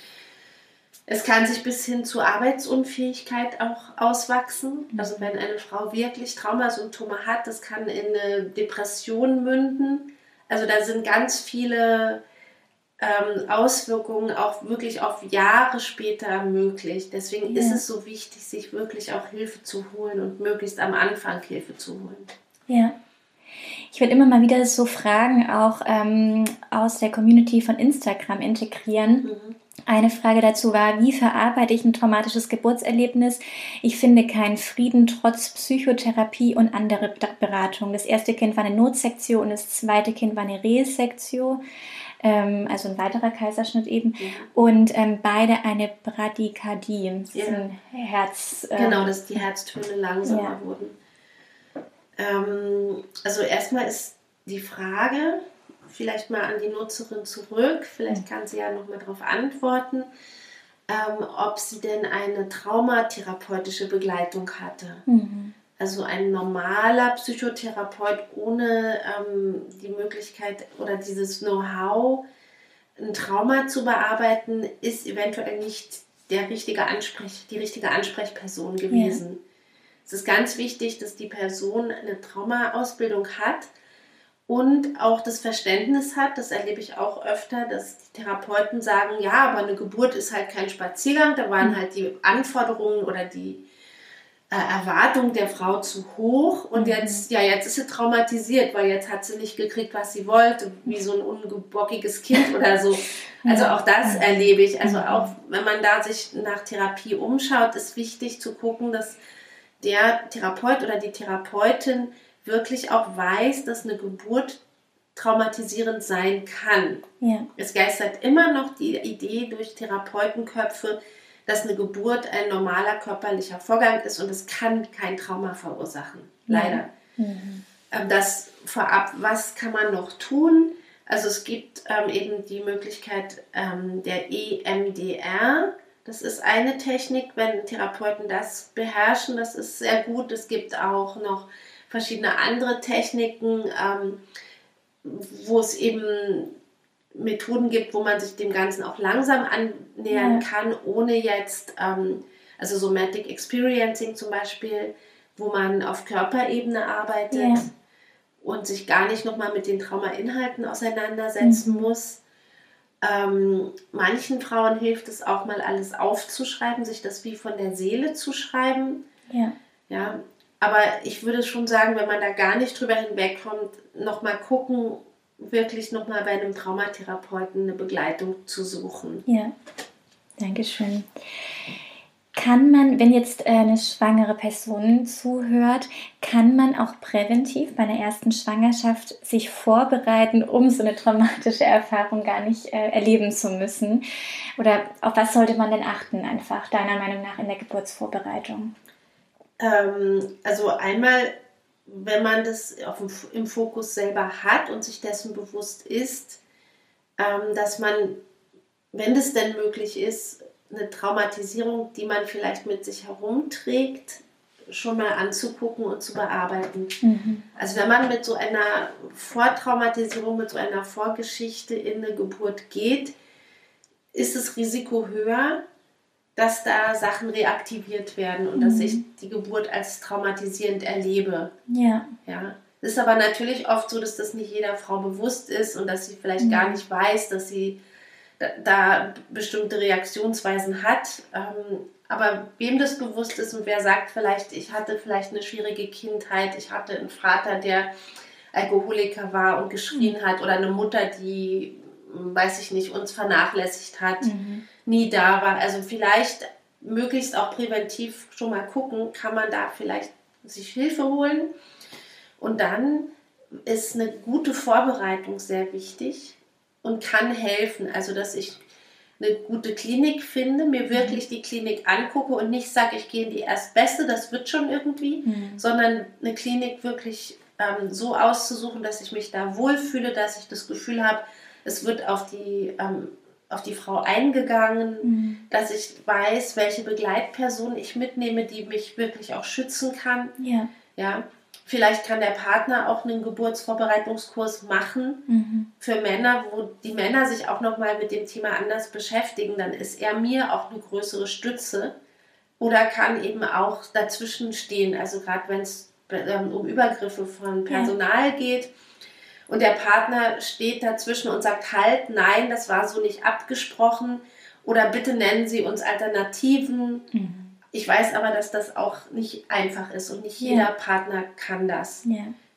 Es kann sich bis hin zu Arbeitsunfähigkeit auch auswachsen. Also wenn eine Frau wirklich Traumasymptome hat, das kann in eine Depression münden. Also da sind ganz viele Auswirkungen auch wirklich auf Jahre später möglich. Deswegen ist es so wichtig, sich wirklich auch Hilfe zu holen und möglichst am Anfang Hilfe zu holen. Ja. Ich will immer mal wieder so Fragen auch aus der Community von Instagram integrieren. Mhm. Eine Frage dazu war, wie verarbeite ich ein traumatisches Geburtserlebnis? Ich finde keinen Frieden trotz Psychotherapie und andere Beratung. Das erste Kind war eine Notsektion und das zweite Kind war eine Resektion, also ein weiterer Kaiserschnitt eben. Ja. Und beide eine Bradykardie, das ist ein Herz... genau, dass die Herztöne langsamer wurden. Also erstmal ist die Frage... Vielleicht mal an die Nutzerin zurück, vielleicht kann sie ja nochmal darauf antworten, ob sie denn eine traumatherapeutische Begleitung hatte. Mhm. Also ein normaler Psychotherapeut ohne die Möglichkeit oder dieses Know-how, ein Trauma zu bearbeiten, ist eventuell nicht die richtige Ansprechperson gewesen. Ja. Es ist ganz wichtig, dass die Person eine Traumaausbildung hat, und auch das Verständnis hat, das erlebe ich auch öfter, dass die Therapeuten sagen, ja, aber eine Geburt ist halt kein Spaziergang, da waren halt die Anforderungen oder die Erwartung der Frau zu hoch und jetzt ist sie traumatisiert, weil jetzt hat sie nicht gekriegt, was sie wollte, wie so ein ungebockiges Kind oder so. Also auch das erlebe ich. Also auch wenn man da sich nach Therapie umschaut, ist wichtig zu gucken, dass der Therapeut oder die Therapeutin wirklich auch weiß, dass eine Geburt traumatisierend sein kann. Ja. Es geistert immer noch die Idee durch Therapeutenköpfe, dass eine Geburt ein normaler körperlicher Vorgang ist und es kann kein Trauma verursachen. Leider. Mhm. Das vorab, was kann man noch tun? Also es gibt eben die Möglichkeit der EMDR. Das ist eine Technik, wenn Therapeuten das beherrschen, das ist sehr gut. Es gibt auch noch verschiedene andere Techniken, wo es eben Methoden gibt, wo man sich dem Ganzen auch langsam annähern kann, ohne jetzt, also Somatic Experiencing zum Beispiel, wo man auf Körperebene arbeitet und sich gar nicht nochmal mit den Traumainhalten auseinandersetzen muss. Manchen Frauen hilft es auch mal alles aufzuschreiben, sich das wie von der Seele zu schreiben. Ja. Aber ich würde schon sagen, wenn man da gar nicht drüber hinwegkommt, nochmal gucken, wirklich nochmal bei einem Traumatherapeuten eine Begleitung zu suchen. Ja, danke schön. Kann man, wenn jetzt eine schwangere Person zuhört, kann man auch präventiv bei einer ersten Schwangerschaft sich vorbereiten, um so eine traumatische Erfahrung gar nicht erleben zu müssen? Oder auf was sollte man denn achten einfach, deiner Meinung nach, in der Geburtsvorbereitung? Also einmal, wenn man das im Fokus selber hat und sich dessen bewusst ist, dass man, wenn es denn möglich ist, eine Traumatisierung, die man vielleicht mit sich herumträgt, schon mal anzugucken und zu bearbeiten. Mhm. Also wenn man mit so einer Vortraumatisierung, mit so einer Vorgeschichte in eine Geburt geht, ist das Risiko höher, dass da Sachen reaktiviert werden und dass ich die Geburt als traumatisierend erlebe. Ja. Es ist aber natürlich oft so, dass das nicht jeder Frau bewusst ist und dass sie vielleicht gar nicht weiß, dass sie da bestimmte Reaktionsweisen hat. Aber wem das bewusst ist und wer sagt vielleicht, ich hatte vielleicht eine schwierige Kindheit, ich hatte einen Vater, der Alkoholiker war und geschrien hat oder eine Mutter, die, weiß ich nicht, uns vernachlässigt hat, nie da war. Also vielleicht möglichst auch präventiv schon mal gucken, kann man da vielleicht sich Hilfe holen. Und dann ist eine gute Vorbereitung sehr wichtig und kann helfen. Also dass ich eine gute Klinik finde, mir wirklich die Klinik angucke und nicht sage, ich gehe in die Erstbeste, das wird schon irgendwie, sondern eine Klinik wirklich so auszusuchen, dass ich mich da wohlfühle, dass ich das Gefühl habe, es wird auf die Frau eingegangen, dass ich weiß, welche Begleitperson ich mitnehme, die mich wirklich auch schützen kann. Ja. Vielleicht kann der Partner auch einen Geburtsvorbereitungskurs machen für Männer, wo die Männer sich auch nochmal mit dem Thema anders beschäftigen. Dann ist er mir auch eine größere Stütze oder kann eben auch dazwischen stehen. Also gerade wenn es um Übergriffe von Personal geht und der Partner steht dazwischen und sagt, halt, nein, das war so nicht abgesprochen oder bitte nennen Sie uns Alternativen. Ich weiß aber, dass das auch nicht einfach ist und nicht jeder Partner kann das.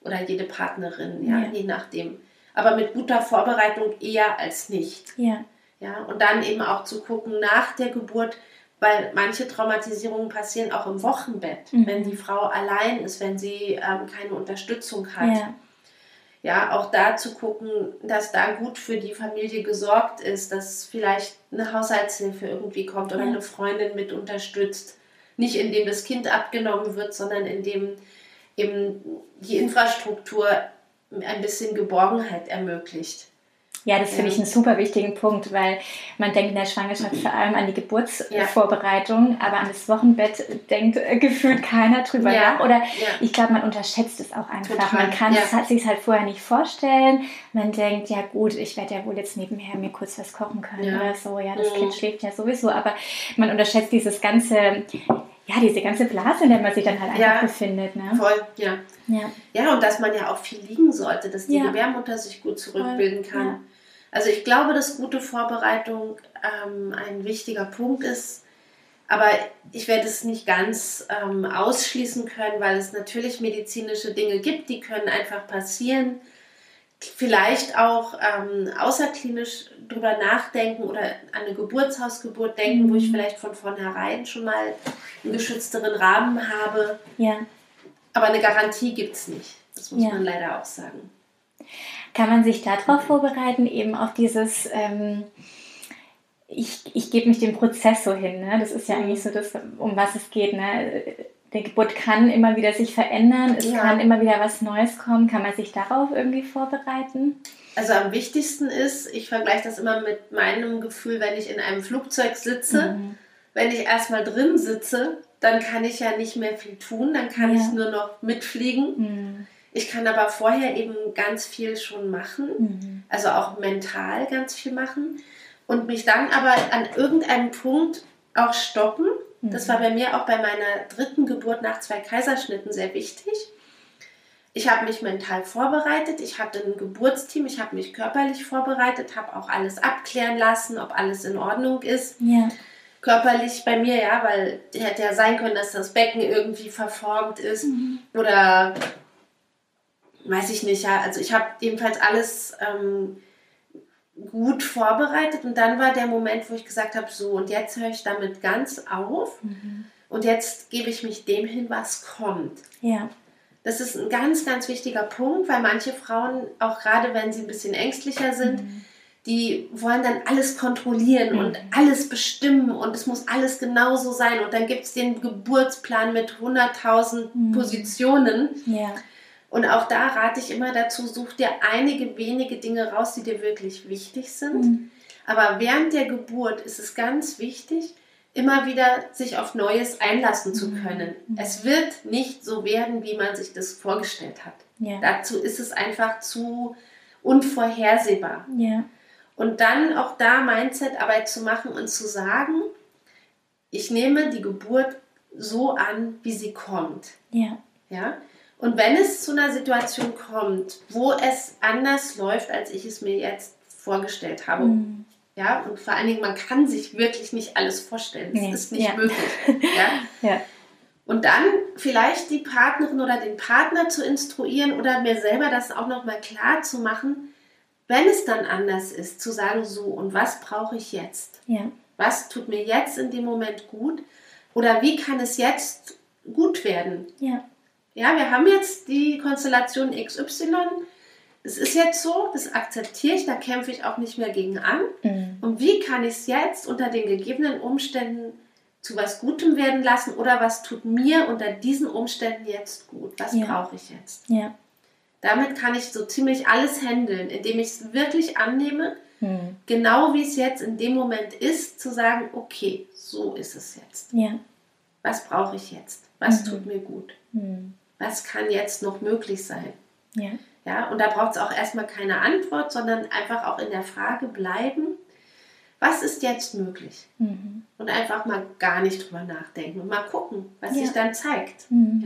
oder jede Partnerin, ja, je nachdem. Aber mit guter Vorbereitung eher als nicht. Ja. Ja, und dann eben auch zu gucken nach der Geburt, weil manche Traumatisierungen passieren auch im Wochenbett, wenn die Frau allein ist, wenn sie keine Unterstützung hat. Ja. Ja, auch da zu gucken, dass da gut für die Familie gesorgt ist, dass vielleicht eine Haushaltshilfe irgendwie kommt oder eine Freundin mit unterstützt. Nicht indem das Kind abgenommen wird, sondern indem eben die Infrastruktur ein bisschen Geborgenheit ermöglicht. Ja, das finde ich einen super wichtigen Punkt, weil man denkt in der Schwangerschaft vor allem an die Geburtsvorbereitung, aber an das Wochenbett denkt gefühlt keiner drüber nach. Oder ich glaube, man unterschätzt es auch einfach. Total. Man kann es sich halt vorher nicht vorstellen. Man denkt, ja gut, ich werde ja wohl jetzt nebenher mir kurz was kochen können oder so. Ja, das Kind schläft ja sowieso. Aber man unterschätzt diese ganze Blase, in der man sich dann halt einfach befindet. Ne? Voll, ja. Ja, und dass man ja auch viel liegen sollte, dass die Gebärmutter sich gut zurückbilden kann. Ja. Also ich glaube, dass gute Vorbereitung ein wichtiger Punkt ist, aber ich werde es nicht ganz ausschließen können, weil es natürlich medizinische Dinge gibt, die können einfach passieren. Vielleicht auch außerklinisch drüber nachdenken oder an eine Geburtshausgeburt denken, wo ich vielleicht von vornherein schon mal einen geschützteren Rahmen habe. Ja. Aber eine Garantie gibt es nicht. Das muss man leider auch sagen. Kann man sich darauf vorbereiten, eben auf dieses, ich gebe mich dem Prozess so hin, ne? Das ist ja eigentlich so das, um was es geht, ne? Die Geburt kann immer wieder sich verändern, es kann immer wieder was Neues kommen. Kann man sich darauf irgendwie vorbereiten? Also am wichtigsten ist, ich vergleiche das immer mit meinem Gefühl, wenn ich in einem Flugzeug sitze, wenn ich erstmal drin sitze, dann kann ich ja nicht mehr viel tun, dann kann ich nur noch mitfliegen. Ich kann aber vorher eben ganz viel schon machen, also auch mental ganz viel machen und mich dann aber an irgendeinem Punkt auch stoppen. Das war bei mir auch bei meiner 3. Geburt nach 2 Kaiserschnitten sehr wichtig. Ich habe mich mental vorbereitet, ich hatte ein Geburtsteam, ich habe mich körperlich vorbereitet, habe auch alles abklären lassen, ob alles in Ordnung ist. Ja. Körperlich bei mir, ja, weil hätte ja sein können, dass das Becken irgendwie verformt ist oder weiß ich nicht, ja, also ich habe jedenfalls alles gut vorbereitet und dann war der Moment, wo ich gesagt habe, so und jetzt höre ich damit ganz auf und jetzt gebe ich mich dem hin, was kommt. Ja. Das ist ein ganz, ganz wichtiger Punkt, weil manche Frauen, auch gerade wenn sie ein bisschen ängstlicher sind, die wollen dann alles kontrollieren und alles bestimmen und es muss alles genauso sein und dann gibt es den Geburtsplan mit 100.000 Positionen. Ja. Und auch da rate ich immer dazu, such dir einige wenige Dinge raus, die dir wirklich wichtig sind. Aber während der Geburt ist es ganz wichtig, immer wieder sich auf Neues einlassen zu können. Es wird nicht so werden, wie man sich das vorgestellt hat. Ja. Dazu ist es einfach zu unvorhersehbar. Ja. Und dann auch da Mindset-Arbeit zu machen und zu sagen, ich nehme die Geburt so an, wie sie kommt. Ja. Ja? Und wenn es zu einer Situation kommt, wo es anders läuft, als ich es mir jetzt vorgestellt habe, ja, und vor allen Dingen, man kann sich wirklich nicht alles vorstellen, das ist nicht möglich. Ja? Ja. Und dann vielleicht die Partnerin oder den Partner zu instruieren oder mir selber das auch nochmal klar zu machen, wenn es dann anders ist, zu sagen, so, und was brauche ich jetzt? Ja. Was tut mir jetzt in dem Moment gut? Oder wie kann es jetzt gut werden? Ja. Ja, wir haben jetzt die Konstellation XY, es ist jetzt so, das akzeptiere ich, da kämpfe ich auch nicht mehr gegen an. Und wie kann ich es jetzt unter den gegebenen Umständen zu was Gutem werden lassen oder was tut mir unter diesen Umständen jetzt gut? Was brauche ich jetzt? Ja. Damit kann ich so ziemlich alles handeln, indem ich es wirklich annehme, genau wie es jetzt in dem Moment ist, zu sagen, okay, so ist es jetzt. Ja. Was brauche ich jetzt? Was tut mir gut? Was kann jetzt noch möglich sein? Ja. Ja, und da braucht es auch erstmal keine Antwort, sondern einfach auch in der Frage bleiben, was ist jetzt möglich? Und einfach mal gar nicht drüber nachdenken und mal gucken, was sich dann zeigt.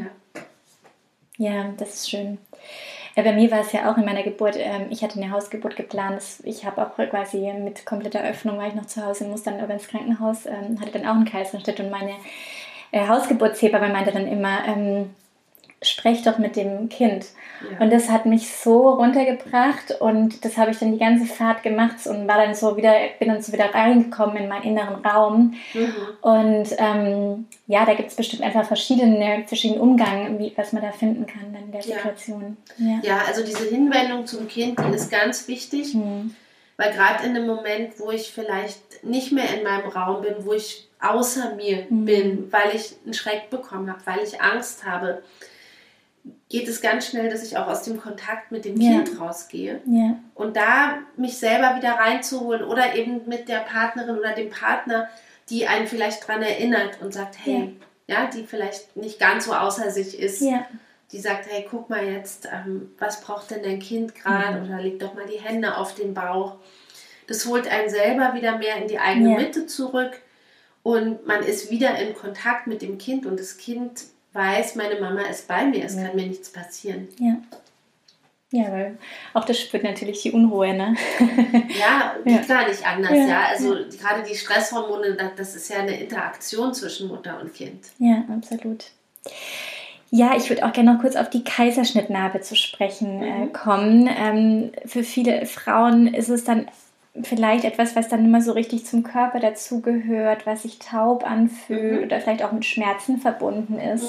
Ja, das ist schön. Bei mir war es ja auch in meiner Geburt, ich hatte eine Hausgeburt geplant, ich habe auch quasi mit kompletter Öffnung, war ich noch zu Hause, musste dann aber ins Krankenhaus, hatte dann auch einen Kaiserschnitt und meine Hausgeburtshebamme meinte dann immer, sprech doch mit dem Kind. Ja. Und das hat mich so runtergebracht und das habe ich dann die ganze Fahrt gemacht und bin dann so wieder reingekommen in meinen inneren Raum. Und da gibt es bestimmt einfach verschiedene Umgang, was man da finden kann dann in der Situation. Ja, also diese Hinwendung zum Kind, die ist ganz wichtig, weil gerade in dem Moment, wo ich vielleicht nicht mehr in meinem Raum bin, wo ich außer mir bin, weil ich einen Schreck bekommen habe, weil ich Angst habe, geht es ganz schnell, dass ich auch aus dem Kontakt mit dem Kind rausgehe. Ja. Und da mich selber wieder reinzuholen oder eben mit der Partnerin oder dem Partner, die einen vielleicht daran erinnert und sagt, hey, die vielleicht nicht ganz so außer sich ist, die sagt, hey, guck mal jetzt, was braucht denn dein Kind gerade? Oder leg doch mal die Hände auf den Bauch. Das holt einen selber wieder mehr in die eigene Mitte zurück und man ist wieder in Kontakt mit dem Kind und das Kind weiß, meine Mama ist bei mir, es kann mir nichts passieren. Ja, weil auch das spürt natürlich die Unruhe, ne? Ja, geht gar nicht anders, Also gerade die Stresshormone, das ist ja eine Interaktion zwischen Mutter und Kind. Ja, absolut. Ja, ich würde auch gerne noch kurz auf die Kaiserschnittnarbe zu sprechen kommen. Für viele Frauen ist es dann vielleicht etwas, was dann immer so richtig zum Körper dazugehört, was sich taub anfühlt oder vielleicht auch mit Schmerzen verbunden ist.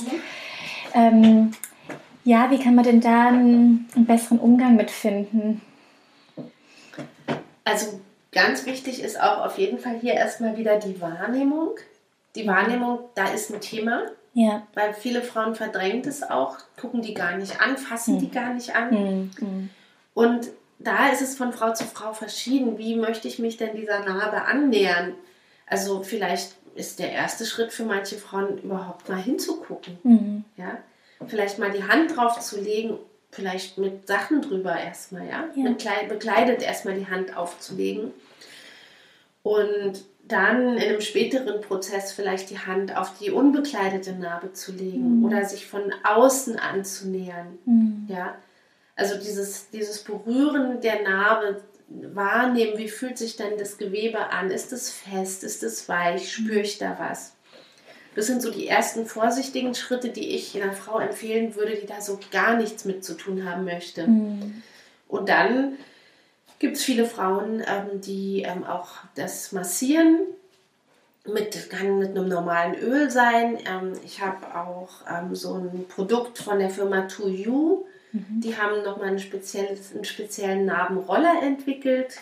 Wie kann man denn da einen besseren Umgang mit finden? Also ganz wichtig ist auch auf jeden Fall hier erstmal wieder die Wahrnehmung. Die Wahrnehmung, da ist ein Thema, weil viele Frauen verdrängen es auch, gucken die gar nicht an, fassen die gar nicht an. Und da ist es von Frau zu Frau verschieden. Wie möchte ich mich denn dieser Narbe annähern? Also vielleicht ist der erste Schritt für manche Frauen überhaupt mal hinzugucken. Vielleicht mal die Hand drauf zu legen, vielleicht mit Sachen drüber erstmal, bekleidet erstmal die Hand aufzulegen. Und dann in einem späteren Prozess vielleicht die Hand auf die unbekleidete Narbe zu legen oder sich von außen anzunähern. Also dieses Berühren der Narbe, wahrnehmen, wie fühlt sich denn das Gewebe an? Ist es fest? Ist es weich? Spüre ich da was? Das sind so die ersten vorsichtigen Schritte, die ich einer Frau empfehlen würde, die da so gar nichts mit zu tun haben möchte. Und dann gibt es viele Frauen, die auch das massieren. Kann mit einem normalen Öl sein. Ich habe auch so ein Produkt von der Firma To You. Die haben nochmal einen speziellen Narbenroller entwickelt.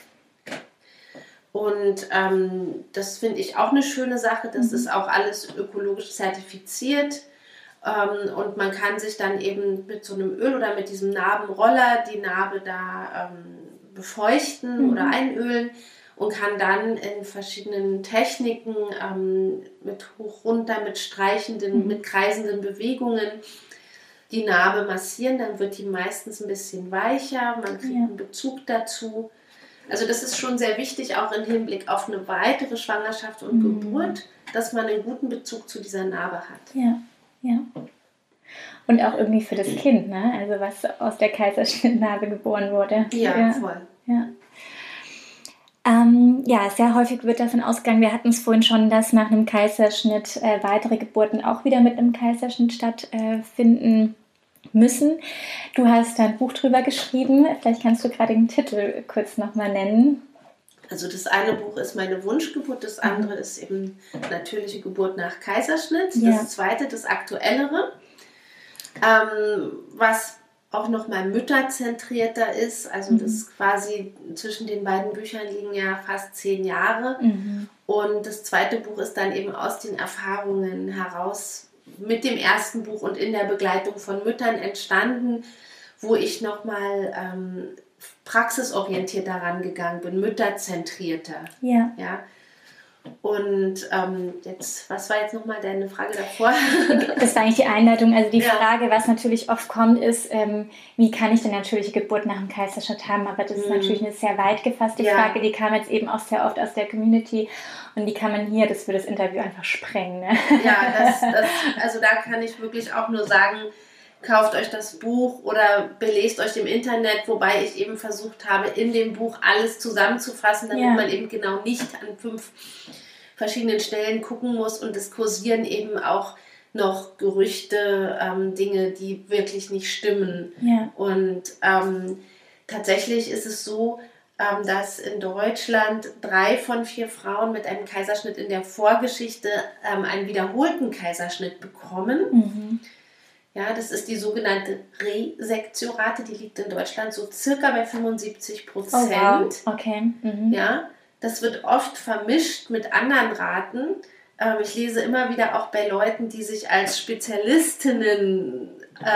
Und das finde ich auch eine schöne Sache. Das ist auch alles ökologisch zertifiziert. Und man kann sich dann eben mit so einem Öl oder mit diesem Narbenroller die Narbe da befeuchten oder einölen und kann dann in verschiedenen Techniken mit hoch runter, mit streichenden, mit kreisenden Bewegungen die Narbe massieren. Dann wird die meistens ein bisschen weicher, man kriegt einen Bezug dazu. Also das ist schon sehr wichtig, auch im Hinblick auf eine weitere Schwangerschaft und Geburt, dass man einen guten Bezug zu dieser Narbe hat. Ja. Und auch irgendwie für das Kind, ne? Also was aus der Kaiserschnittnarbe geboren wurde. Ja, voll. Sehr häufig wird davon ausgegangen, wir hatten es vorhin schon, dass nach einem Kaiserschnitt weitere Geburten auch wieder mit einem Kaiserschnitt stattfinden müssen. Du hast da ein Buch drüber geschrieben. Vielleicht kannst du gerade den Titel kurz nochmal nennen. Also das eine Buch ist meine Wunschgeburt, das andere ist eben natürliche Geburt nach Kaiserschnitt. Das zweite, das aktuellere, was auch nochmal mütterzentrierter ist. Also das quasi zwischen den beiden Büchern liegen ja fast 10 Jahre. Und das zweite Buch ist dann eben aus den Erfahrungen heraus mit dem ersten Buch und in der Begleitung von Müttern entstanden, wo ich nochmal praxisorientiert daran gegangen bin, mütterzentrierter. Ja. Und jetzt, was war jetzt nochmal deine Frage davor? Das war eigentlich die Einleitung. Also die Frage, was natürlich oft kommt, ist, wie kann ich denn natürliche Geburt nach dem Kaiserschnitt haben? Aber das ist natürlich eine sehr weit gefasste Frage. Die kam jetzt eben auch sehr oft aus der Community. Und die kann man hier, das würde das Interview einfach sprengen. Ne? Ja, also da kann ich wirklich auch nur sagen, kauft euch das Buch oder belest euch im Internet, wobei ich eben versucht habe, in dem Buch alles zusammenzufassen, damit man eben genau nicht an 5 verschiedenen Stellen gucken muss und es kursieren eben auch noch Gerüchte, Dinge, die wirklich nicht stimmen. Ja. Und tatsächlich ist es so, dass in Deutschland 3 von 4 Frauen mit einem Kaiserschnitt in der Vorgeschichte einen wiederholten Kaiserschnitt bekommen. Mhm. Ja, das ist die sogenannte Resektiorate, die liegt in Deutschland so circa bei 75%. Oh, wow. Okay. Mhm. Ja, das wird oft vermischt mit anderen Raten. Ich lese immer wieder auch bei Leuten, die sich als Spezialistinnen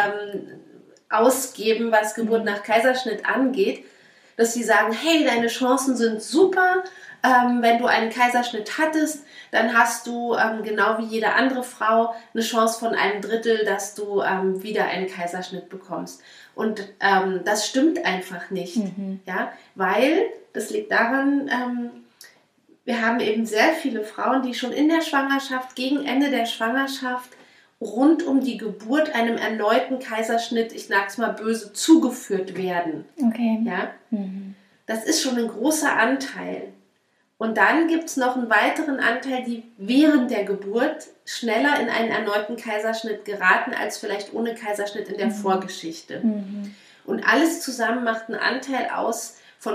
ausgeben, was Geburt nach Kaiserschnitt angeht, dass sie sagen, hey, deine Chancen sind super, wenn du einen Kaiserschnitt hattest, dann hast du genau wie jede andere Frau eine Chance von 1/3, dass du wieder einen Kaiserschnitt bekommst. Und das stimmt einfach nicht, ja, weil das liegt daran, wir haben eben sehr viele Frauen, die schon in der Schwangerschaft, gegen Ende der Schwangerschaft, rund um die Geburt einem erneuten Kaiserschnitt, ich sag's mal böse, zugeführt werden. Okay. Ja? Das ist schon ein großer Anteil. Und dann gibt es noch einen weiteren Anteil, die während der Geburt schneller in einen erneuten Kaiserschnitt geraten, als vielleicht ohne Kaiserschnitt in der Vorgeschichte. Und alles zusammen macht einen Anteil aus von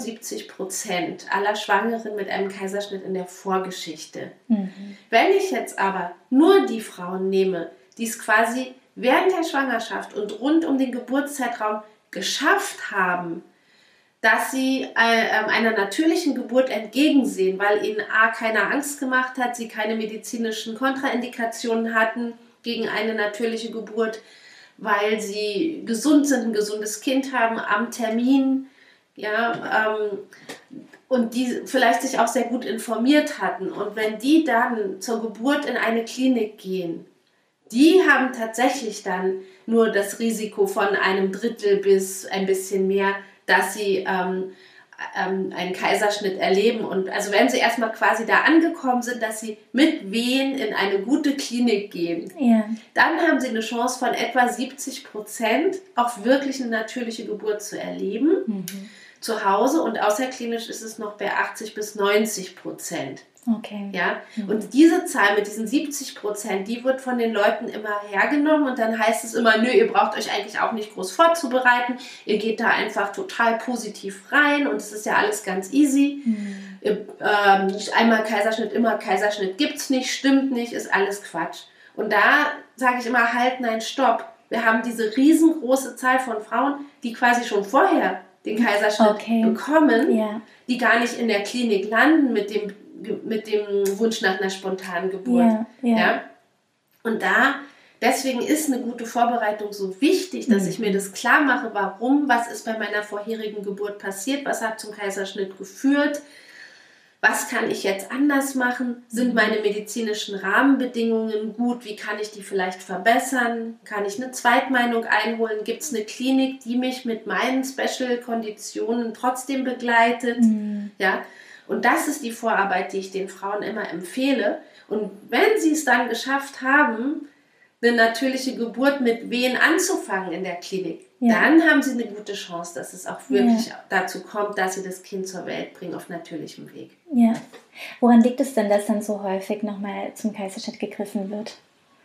75% aller Schwangeren mit einem Kaiserschnitt in der Vorgeschichte. Wenn ich jetzt aber nur die Frauen nehme, die es quasi während der Schwangerschaft und rund um den Geburtszeitraum geschafft haben, dass sie einer natürlichen Geburt entgegensehen, weil ihnen A, keiner Angst gemacht hat, sie keine medizinischen Kontraindikationen hatten gegen eine natürliche Geburt, weil sie gesund sind, ein gesundes Kind haben am Termin, ja, und die vielleicht sich auch sehr gut informiert hatten. Und wenn die dann zur Geburt in eine Klinik gehen, die haben tatsächlich dann nur das Risiko von 1/3 bis ein bisschen mehr, dass sie einen Kaiserschnitt erleben. Und also wenn sie erstmal quasi da angekommen sind, dass sie mit Wehen in eine gute Klinik gehen, dann haben sie eine Chance von etwa 70%, auch wirklich eine natürliche Geburt zu erleben, zu Hause. Und außerklinisch ist es noch bei 80 bis 90%. Okay. Ja? Und diese Zahl mit diesen 70%, die wird von den Leuten immer hergenommen und dann heißt es immer, nö, ihr braucht euch eigentlich auch nicht groß vorzubereiten, ihr geht da einfach total positiv rein und es ist ja alles ganz easy. Einmal Kaiserschnitt, immer Kaiserschnitt gibt's nicht, stimmt nicht, ist alles Quatsch. Und da sage ich immer, halt, nein, stopp. Wir haben diese riesengroße Zahl von Frauen, die quasi schon vorher den Kaiserschnitt bekommen, die gar nicht in der Klinik landen mit dem Wunsch nach einer spontanen Geburt. Ja? Und deswegen ist eine gute Vorbereitung so wichtig, dass ich mir das klar mache, warum, was ist bei meiner vorherigen Geburt passiert, was hat zum Kaiserschnitt geführt, was kann ich jetzt anders machen, sind meine medizinischen Rahmenbedingungen gut, wie kann ich die vielleicht verbessern, kann ich eine Zweitmeinung einholen, gibt es eine Klinik, die mich mit meinen Special-Konditionen trotzdem begleitet, ja. Und das ist die Vorarbeit, die ich den Frauen immer empfehle. Und wenn sie es dann geschafft haben, eine natürliche Geburt mit Wehen anzufangen in der Klinik, dann haben sie eine gute Chance, dass es auch wirklich dazu kommt, dass sie das Kind zur Welt bringen auf natürlichem Weg. Ja. Woran liegt es denn, dass dann so häufig nochmal zum Kaiserschnitt gegriffen wird?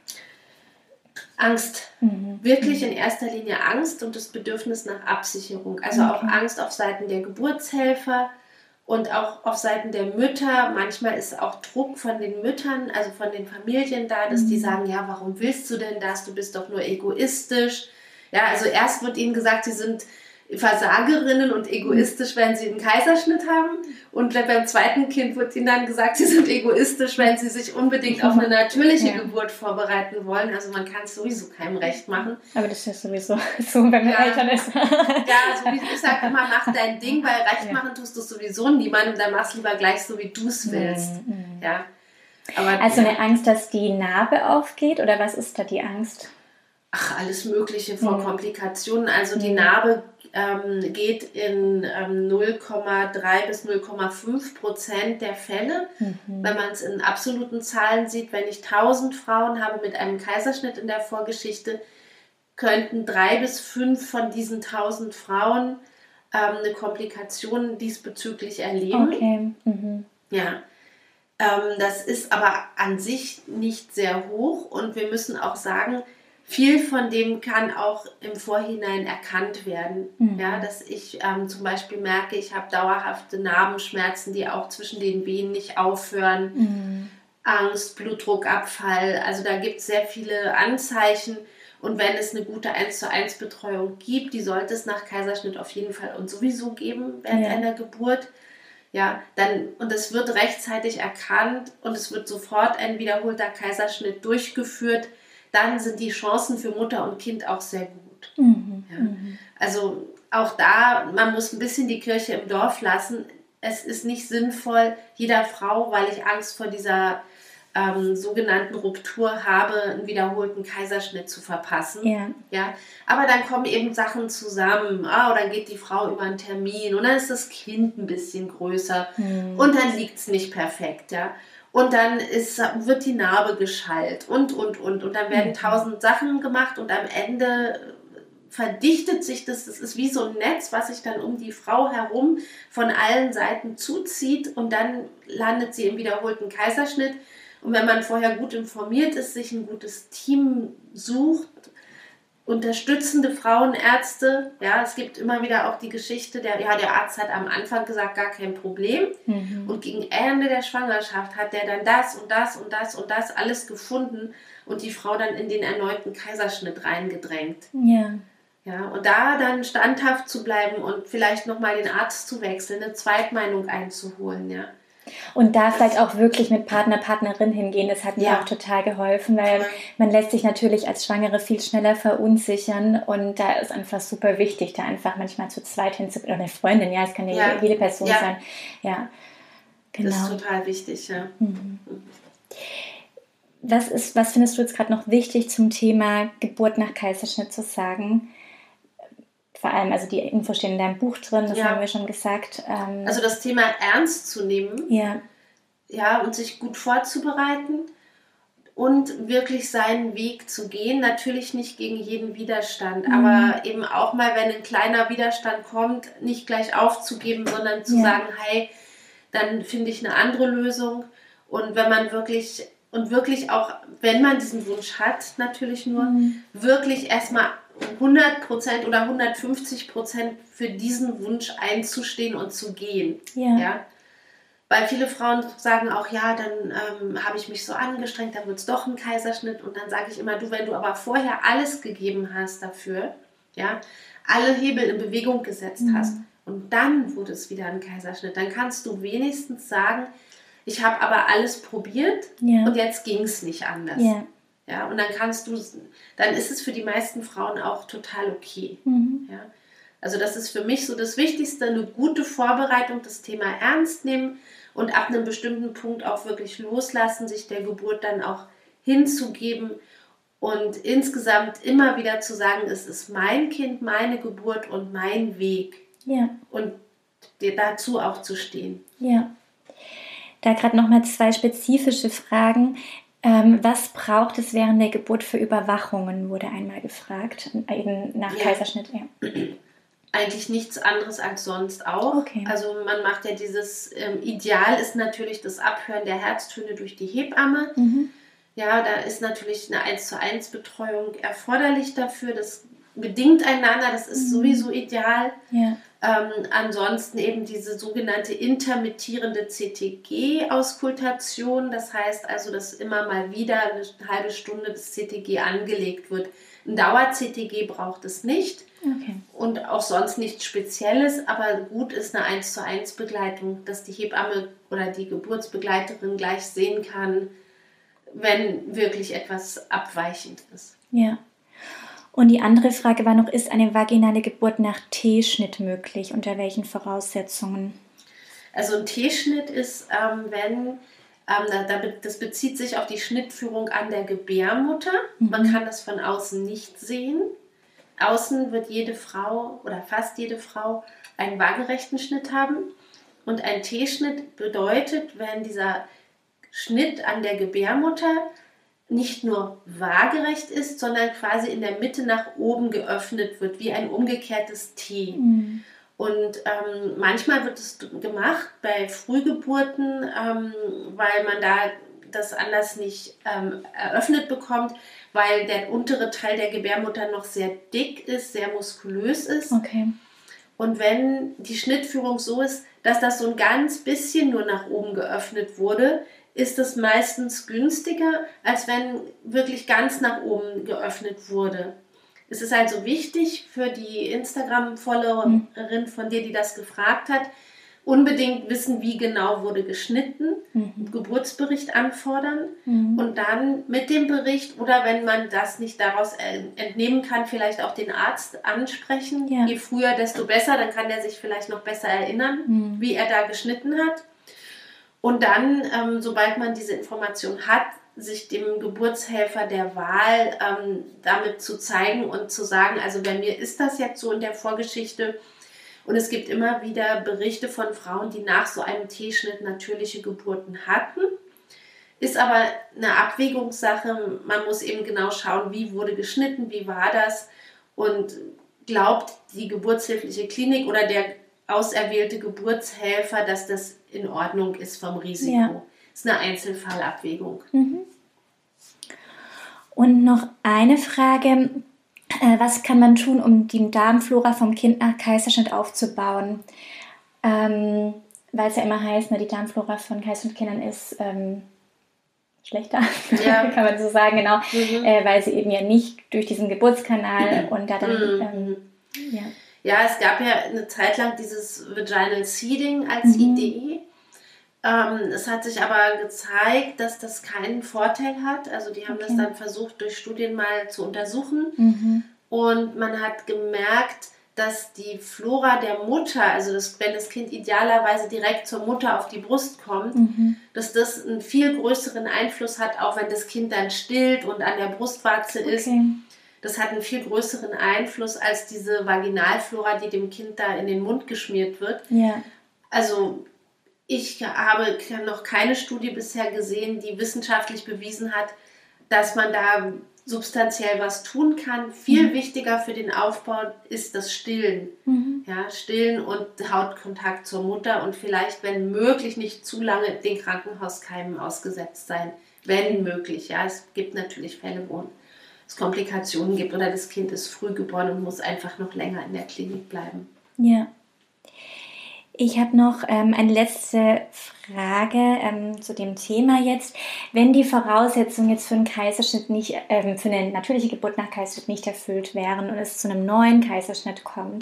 Angst. Wirklich in erster Linie Angst und das Bedürfnis nach Absicherung. Also auch Angst auf Seiten der Geburtshelfer, und auch auf Seiten der Mütter, manchmal ist auch Druck von den Müttern, also von den Familien da, dass die sagen, ja, warum willst du denn das? Du bist doch nur egoistisch. Ja, also erst wird ihnen gesagt, sie sind Versagerinnen und egoistisch, wenn sie einen Kaiserschnitt haben. Und beim zweiten Kind wird ihnen dann gesagt, sie sind egoistisch, wenn sie sich unbedingt auf eine natürliche Geburt vorbereiten wollen. Also man kann es sowieso keinem recht machen. Aber das ist ja sowieso so, wenn man Eltern ist. Ja, so wie ich sage immer, mach dein Ding, weil recht machen tust du sowieso niemandem. Dann machst du lieber gleich so, wie du es willst. Ja. Aber, also eine Angst, dass die Narbe aufgeht? Oder was ist da die Angst? Ach, alles Mögliche von Komplikationen. Also die Narbe geht in 0,3 bis 0,5% der Fälle. Wenn man es in absoluten Zahlen sieht, wenn ich 1000 Frauen habe mit einem Kaiserschnitt in der Vorgeschichte, könnten 3 bis 5 von diesen 1000 Frauen eine Komplikation diesbezüglich erleben. Okay. Ja. Das ist aber an sich nicht sehr hoch und wir müssen auch sagen, viel von dem kann auch im Vorhinein erkannt werden. Ja, dass ich zum Beispiel merke, ich habe dauerhafte Narbenschmerzen, die auch zwischen den Venen nicht aufhören, Angst, Blutdruckabfall. Also da gibt es sehr viele Anzeichen. Und wenn es eine gute 1:1 Betreuung gibt, die sollte es nach Kaiserschnitt auf jeden Fall und sowieso geben während einer Geburt. Ja, und es wird rechtzeitig erkannt und es wird sofort ein wiederholter Kaiserschnitt durchgeführt, dann sind die Chancen für Mutter und Kind auch sehr gut. Also auch da, man muss ein bisschen die Kirche im Dorf lassen. Es ist nicht sinnvoll, jeder Frau, weil ich Angst vor dieser sogenannten Ruptur habe, einen wiederholten Kaiserschnitt zu verpassen. Ja? Aber dann kommen eben Sachen zusammen. Oder geht die Frau über einen Termin und dann ist das Kind ein bisschen größer und dann liegt es nicht perfekt. Ja? Und dann wird die Narbe geschallt und. Und dann werden 1000 Sachen gemacht und am Ende verdichtet sich das ist wie so ein Netz, was sich dann um die Frau herum von allen Seiten zuzieht und dann landet sie im wiederholten Kaiserschnitt. Und wenn man vorher gut informiert ist, sich ein gutes Team sucht, unterstützende Frauenärzte, ja, es gibt immer wieder auch die Geschichte, der Arzt hat am Anfang gesagt, gar kein Problem. Und gegen Ende der Schwangerschaft hat der dann das und das und das und das alles gefunden und die Frau dann in den erneuten Kaiserschnitt reingedrängt. Ja, und da dann standhaft zu bleiben und vielleicht nochmal den Arzt zu wechseln, eine Zweitmeinung einzuholen, ja. Und da vielleicht auch wirklich mit Partner, Partnerin hingehen, das hat mir auch total geholfen, weil man lässt sich natürlich als Schwangere viel schneller verunsichern und da ist einfach super wichtig, da einfach manchmal zu zweit hinzugehen, oder eine Freundin, es kann ja jede Person sein. Ja, genau. Das ist total wichtig, ja. Was findest du jetzt gerade noch wichtig zum Thema Geburt nach Kaiserschnitt zu sagen? Vor allem, also die Infos stehen in deinem Buch drin, das haben wir schon gesagt. Also das Thema ernst zu nehmen, und sich gut vorzubereiten und wirklich seinen Weg zu gehen. Natürlich nicht gegen jeden Widerstand, aber eben auch mal, wenn ein kleiner Widerstand kommt, nicht gleich aufzugeben, sondern zu sagen, hey, dann finde ich eine andere Lösung. Und wenn man wirklich auch, wenn man diesen Wunsch hat, natürlich nur, wirklich erstmal 100% oder 150% für diesen Wunsch einzustehen und zu gehen. Ja? Weil viele Frauen sagen auch, dann habe ich mich so angestrengt, dann wird es doch ein Kaiserschnitt. Und dann sage ich immer, wenn du aber vorher alles gegeben hast dafür, alle Hebel in Bewegung gesetzt hast und dann wurde es wieder ein Kaiserschnitt, dann kannst du wenigstens sagen, ich habe aber alles probiert und jetzt ging es nicht anders. Ja, und dann dann ist es für die meisten Frauen auch total okay. Ja? Also das ist für mich so das Wichtigste, eine gute Vorbereitung, das Thema ernst nehmen und ab einem bestimmten Punkt auch wirklich loslassen, sich der Geburt dann auch hinzugeben und insgesamt immer wieder zu sagen, es ist mein Kind, meine Geburt und mein Weg. Und dazu auch zu stehen. Da gerade nochmal 2 spezifische Fragen. Was braucht es während der Geburt für Überwachungen, wurde einmal gefragt, eben nach Kaiserschnitt. Eigentlich nichts anderes als sonst auch. Okay. Also man macht ja dieses, Ideal ist natürlich das Abhören der Herztöne durch die Hebamme. Ja, da ist natürlich eine 1:1 Betreuung erforderlich dafür. Das bedingt einander, das ist sowieso ideal. Ansonsten eben diese sogenannte intermittierende CTG-Auskultation. Das heißt also, dass immer mal wieder eine halbe Stunde das CTG angelegt wird. Ein Dauer-CTG braucht es nicht. Und auch sonst nichts Spezielles, aber gut ist eine 1:1 Begleitung, dass die Hebamme oder die Geburtsbegleiterin gleich sehen kann, wenn wirklich etwas abweichend ist. Und die andere Frage war noch, ist eine vaginale Geburt nach T-Schnitt möglich? Unter welchen Voraussetzungen? Also ein T-Schnitt ist, das bezieht sich auf die Schnittführung an der Gebärmutter. Man kann das von außen nicht sehen. Außen wird jede Frau oder fast jede Frau einen waagerechten Schnitt haben. Und ein T-Schnitt bedeutet, wenn dieser Schnitt an der Gebärmutter nicht nur waagerecht ist, sondern quasi in der Mitte nach oben geöffnet wird, wie ein umgekehrtes T. Und manchmal wird es gemacht bei Frühgeburten, weil man da das anders nicht eröffnet bekommt, weil der untere Teil der Gebärmutter noch sehr dick ist, sehr muskulös ist. Okay. Und wenn die Schnittführung so ist, dass das so ein ganz bisschen nur nach oben geöffnet wurde, ist es meistens günstiger, als wenn wirklich ganz nach oben geöffnet wurde. Es ist also wichtig für die Instagram-Followerin von dir, die das gefragt hat, unbedingt wissen, wie genau wurde geschnitten, Geburtsbericht anfordern und dann mit dem Bericht oder wenn man das nicht daraus entnehmen kann, vielleicht auch den Arzt ansprechen. Ja. Je früher, desto besser, dann kann der sich vielleicht noch besser erinnern, wie er da geschnitten hat. Und dann, sobald man diese Information hat, sich dem Geburtshelfer der Wahl damit zu zeigen und zu sagen, also bei mir ist das jetzt so in der Vorgeschichte. Und es gibt immer wieder Berichte von Frauen, die nach so einem T-Schnitt natürliche Geburten hatten. Ist aber eine Abwägungssache. Man muss eben genau schauen, wie wurde geschnitten, wie war das. Und glaubt die geburtshilfliche Klinik oder der auserwählte Geburtshelfer, dass das in Ordnung ist vom Risiko. Ja. Das ist eine Einzelfallabwägung. Und noch eine Frage. Was kann man tun, um die Darmflora vom Kind nach Kaiserschnitt aufzubauen? Weil es ja immer heißt, die Darmflora von Kaiserschnittkindern ist schlechter, kann man so sagen, genau. Weil sie eben ja nicht durch diesen Geburtskanal und da dann... Ja, es gab ja eine Zeit lang dieses Vaginal Seeding als Idee. Es hat sich aber gezeigt, dass das keinen Vorteil hat. Also die haben das dann versucht, durch Studien mal zu untersuchen. Und man hat gemerkt, dass die Flora der Mutter, also wenn das Kind idealerweise direkt zur Mutter auf die Brust kommt, dass das einen viel größeren Einfluss hat, auch wenn das Kind dann stillt und an der Brustwarze ist. Das hat einen viel größeren Einfluss als diese Vaginalflora, die dem Kind da in den Mund geschmiert wird. Ja. Also ich habe noch keine Studie bisher gesehen, die wissenschaftlich bewiesen hat, dass man da substanziell was tun kann. Viel wichtiger für den Aufbau ist das Stillen. Ja, Stillen und Hautkontakt zur Mutter und vielleicht, wenn möglich, nicht zu lange den Krankenhauskeimen ausgesetzt sein. Wenn möglich. Ja, es gibt natürlich Fälle, wo es Komplikationen gibt oder das Kind ist früh geboren und muss einfach noch länger in der Klinik bleiben. Ja. Ich habe noch eine letzte Frage zu dem Thema jetzt. Wenn die Voraussetzungen jetzt für einen Kaiserschnitt nicht, für eine natürliche Geburt nach Kaiserschnitt nicht erfüllt wären und es zu einem neuen Kaiserschnitt kommt,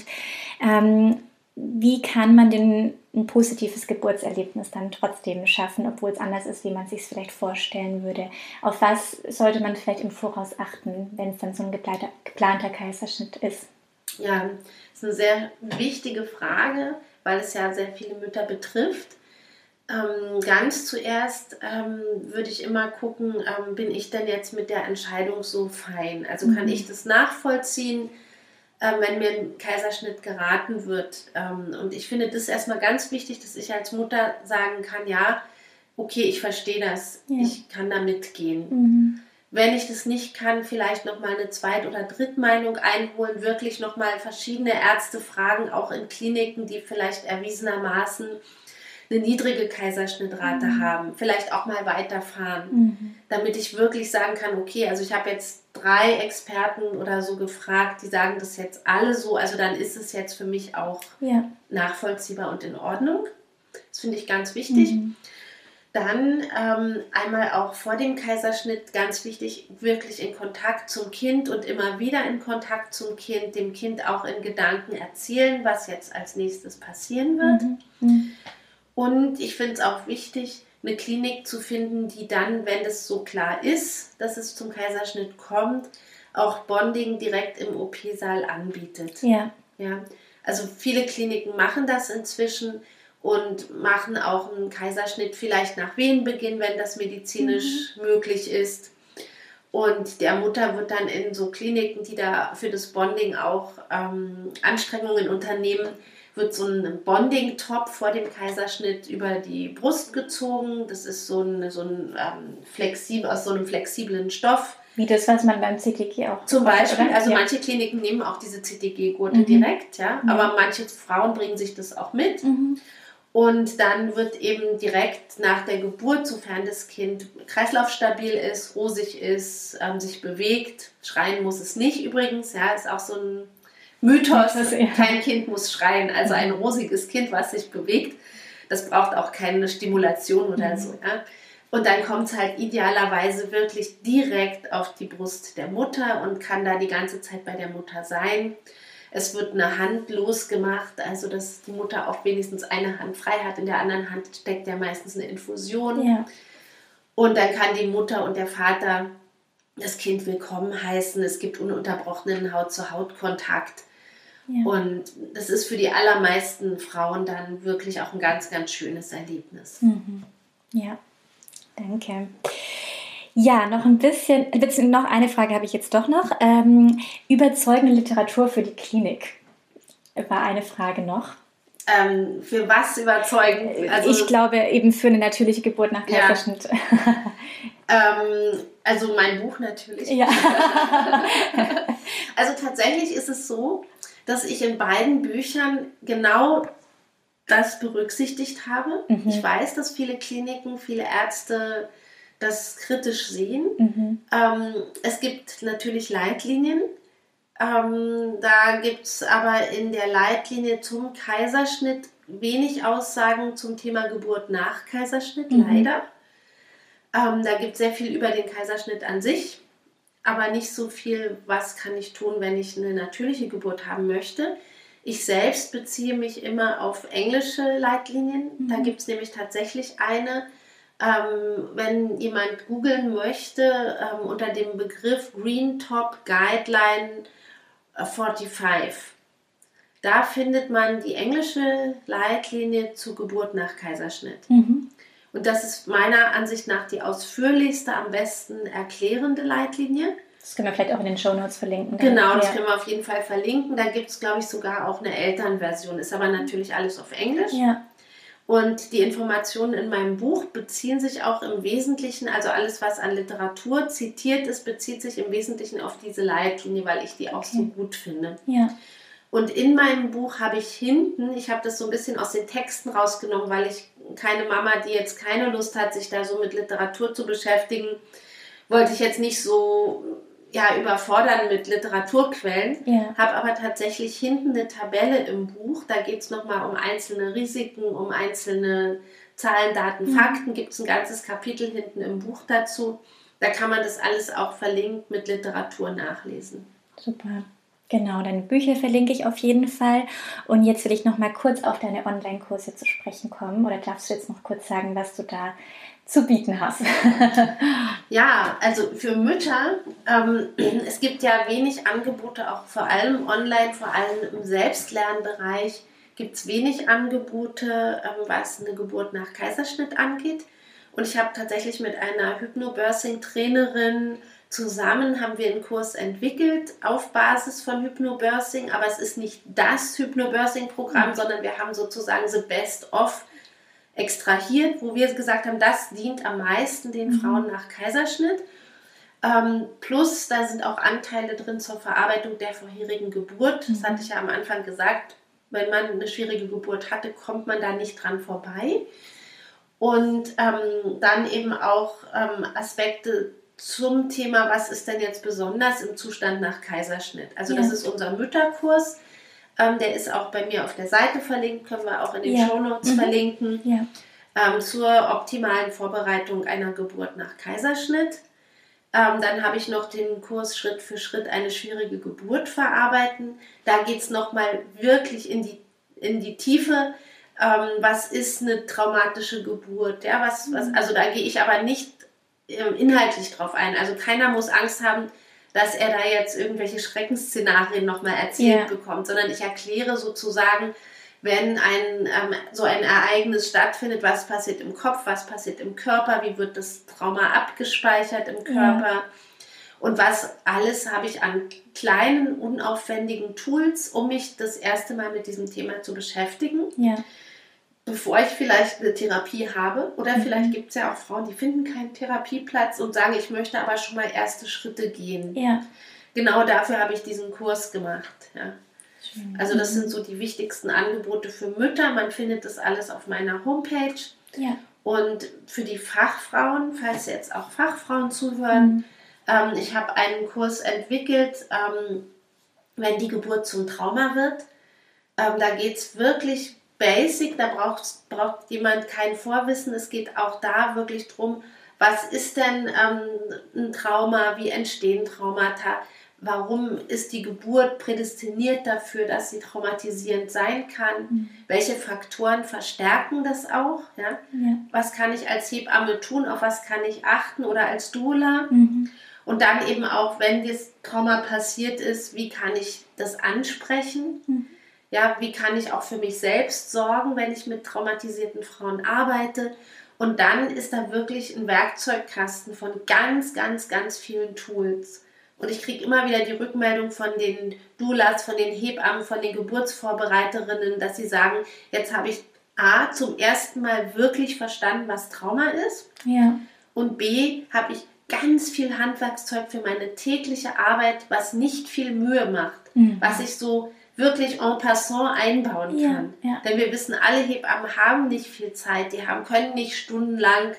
wie kann man denn ein positives Geburtserlebnis dann trotzdem schaffen, obwohl es anders ist, wie man es sich vielleicht vorstellen würde? Auf was sollte man vielleicht im Voraus achten, wenn es dann so ein geplanter Kaiserschnitt ist? Ja, das ist eine sehr wichtige Frage, weil es ja sehr viele Mütter betrifft. Ganz zuerst würde ich immer gucken, bin ich denn jetzt mit der Entscheidung so fein? Also kann ich das nachvollziehen, wenn mir ein Kaiserschnitt geraten wird? Und ich finde das erstmal ganz wichtig, dass ich als Mutter sagen kann, ja, okay, ich verstehe das, ich kann da mitgehen. Wenn ich das nicht kann, vielleicht nochmal eine Zweit- oder Drittmeinung einholen, wirklich nochmal verschiedene Ärzte fragen, auch in Kliniken, die vielleicht erwiesenermaßen eine niedrige Kaiserschnittrate haben, vielleicht auch mal weiterfahren, damit ich wirklich sagen kann, okay, also ich habe jetzt 3 Experten oder so gefragt, die sagen das jetzt alle so, also dann ist es jetzt für mich auch nachvollziehbar und in Ordnung. Das finde ich ganz wichtig. Dann einmal auch vor dem Kaiserschnitt, ganz wichtig, wirklich in Kontakt zum Kind und immer wieder in Kontakt zum Kind, dem Kind auch in Gedanken erzählen, was jetzt als nächstes passieren wird. Und ich finde es auch wichtig, eine Klinik zu finden, die dann, wenn es so klar ist, dass es zum Kaiserschnitt kommt, auch Bonding direkt im OP-Saal anbietet. Ja. Also viele Kliniken machen das inzwischen und machen auch einen Kaiserschnitt vielleicht nach Wehenbeginn, wenn das medizinisch möglich ist. Und der Mutter wird dann in so Kliniken, die da für das Bonding auch Anstrengungen unternehmen, wird so ein Bonding-Top vor dem Kaiserschnitt über die Brust gezogen. Das ist aus so einem flexiblen Stoff, Wie das, was man beim CTG auch zum Beispiel, oder? Also manche Kliniken nehmen auch diese CTG-Gurte direkt, aber manche Frauen bringen sich das auch mit. Und dann wird eben direkt nach der Geburt, sofern das Kind kreislaufstabil ist, rosig ist, sich bewegt, schreien muss es nicht übrigens, ist auch so ein Mythos, kein Kind muss schreien, also ein rosiges Kind, was sich bewegt, das braucht auch keine Stimulation oder so. Ja? Und dann kommt es halt idealerweise wirklich direkt auf die Brust der Mutter und kann da die ganze Zeit bei der Mutter sein. Es wird eine Hand losgemacht, also dass die Mutter auch wenigstens eine Hand frei hat. In der anderen Hand steckt ja meistens eine Infusion. Ja. Und dann kann die Mutter und der Vater das Kind willkommen heißen. Es gibt ununterbrochenen Haut-zu-Haut-Kontakt. Ja. Und das ist für die allermeisten Frauen dann wirklich auch ein ganz, ganz schönes Erlebnis. Ja, danke. Ja, noch eine Frage habe ich jetzt doch noch. Überzeugende Literatur für die Klinik war eine Frage noch. Für was überzeugen? Also, ich glaube eben für eine natürliche Geburt nach Kaiserschnitt. Also mein Buch natürlich. Ja. Also tatsächlich ist es so, dass ich in beiden Büchern genau das berücksichtigt habe. Ich weiß, dass viele Kliniken, viele Ärzte das kritisch sehen. Es gibt natürlich Leitlinien. Da gibt es aber in der Leitlinie zum Kaiserschnitt wenig Aussagen zum Thema Geburt nach Kaiserschnitt, leider. Da gibt es sehr viel über den Kaiserschnitt an sich, aber nicht so viel, was kann ich tun, wenn ich eine natürliche Geburt haben möchte. Ich selbst beziehe mich immer auf englische Leitlinien. Da gibt es nämlich tatsächlich eine, wenn jemand googeln möchte, unter dem Begriff Green Top Guideline 45. Da findet man die englische Leitlinie zur Geburt nach Kaiserschnitt. Und das ist meiner Ansicht nach die ausführlichste, am besten erklärende Leitlinie. Das können wir vielleicht auch in den Shownotes verlinken. Genau, das können wir auf jeden Fall verlinken. Da gibt es, glaube ich, sogar auch eine Elternversion. Ist aber natürlich alles auf Englisch. Ja. Und die Informationen in meinem Buch beziehen sich auch im Wesentlichen, also alles, was an Literatur zitiert ist, bezieht sich im Wesentlichen auf diese Leitlinie, weil ich die auch so gut finde. Ja. Und in meinem Buch habe ich hinten, ich habe das so ein bisschen aus den Texten rausgenommen, weil ich keine Mama, die jetzt keine Lust hat, sich da so mit Literatur zu beschäftigen, wollte ich jetzt nicht so überfordern mit Literaturquellen, habe aber tatsächlich hinten eine Tabelle im Buch, da geht es nochmal um einzelne Risiken, um einzelne Zahlen, Daten, Fakten, gibt es ein ganzes Kapitel hinten im Buch dazu, da kann man das alles auch verlinkt mit Literatur nachlesen. Super. Genau, deine Bücher verlinke ich auf jeden Fall. Und jetzt will ich noch mal kurz auf deine Online-Kurse zu sprechen kommen. Oder darfst du jetzt noch kurz sagen, was du da zu bieten hast? Ja, also für Mütter, es gibt ja wenig Angebote, auch vor allem online, vor allem im Selbstlernbereich gibt es wenig Angebote, was eine Geburt nach Kaiserschnitt angeht. Und ich habe tatsächlich mit einer Hypnobirthing-Trainerin zusammen haben wir einen Kurs entwickelt auf Basis von Hypnobirthing, aber es ist nicht das Hypnobirthing-Programm, sondern wir haben sozusagen the best of extrahiert, wo wir gesagt haben, das dient am meisten den Frauen nach Kaiserschnitt. Plus, da sind auch Anteile drin zur Verarbeitung der vorherigen Geburt. Das hatte ich ja am Anfang gesagt, wenn man eine schwierige Geburt hatte, kommt man da nicht dran vorbei. Und dann eben auch Aspekte zum Thema, was ist denn jetzt besonders im Zustand nach Kaiserschnitt. Also das ist unser Mütterkurs, der ist auch bei mir auf der Seite verlinkt, können wir auch in den Shownotes verlinken, zur optimalen Vorbereitung einer Geburt nach Kaiserschnitt. Dann habe ich noch den Kurs Schritt für Schritt eine schwierige Geburt verarbeiten. Da geht es nochmal wirklich in die Tiefe. Was ist eine traumatische Geburt? Ja, also da gehe ich aber nicht inhaltlich drauf ein. Also keiner muss Angst haben, dass er da jetzt irgendwelche Schreckensszenarien nochmal erzählt bekommt, sondern ich erkläre sozusagen, wenn so ein Ereignis stattfindet, was passiert im Kopf, was passiert im Körper, wie wird das Trauma abgespeichert im Körper und was alles habe ich an kleinen, unaufwendigen Tools, um mich das erste Mal mit diesem Thema zu beschäftigen. bevor ich vielleicht eine Therapie habe. Oder vielleicht gibt es ja auch Frauen, die finden keinen Therapieplatz und sagen, ich möchte aber schon mal erste Schritte gehen. Ja. Genau dafür habe ich diesen Kurs gemacht. Ja. Also das sind so die wichtigsten Angebote für Mütter. Man findet das alles auf meiner Homepage. Ja. Und für die Fachfrauen, falls jetzt auch Fachfrauen zuhören, ich habe einen Kurs entwickelt, wenn die Geburt zum Trauma wird. Da geht es wirklich basic, da braucht jemand kein Vorwissen. Es geht auch da wirklich drum, was ist denn ein Trauma, wie entstehen Traumata, warum ist die Geburt prädestiniert dafür, dass sie traumatisierend sein kann, welche Faktoren verstärken das auch, ja? Was kann ich als Hebamme tun, auf was kann ich achten oder als Doula und dann eben auch, wenn das Trauma passiert ist, wie kann ich das ansprechen, ja, wie kann ich auch für mich selbst sorgen, wenn ich mit traumatisierten Frauen arbeite. Und dann ist da wirklich ein Werkzeugkasten von ganz, ganz, ganz vielen Tools. Und ich kriege immer wieder die Rückmeldung von den Doulas, von den Hebammen, von den Geburtsvorbereiterinnen, dass sie sagen, jetzt habe ich A, zum ersten Mal wirklich verstanden, was Trauma ist. Ja. Und B, habe ich ganz viel Handwerkszeug für meine tägliche Arbeit, was nicht viel Mühe macht, was ich so wirklich en passant einbauen kann. Ja. Denn wir wissen, alle Hebammen haben nicht viel Zeit, die können nicht stundenlang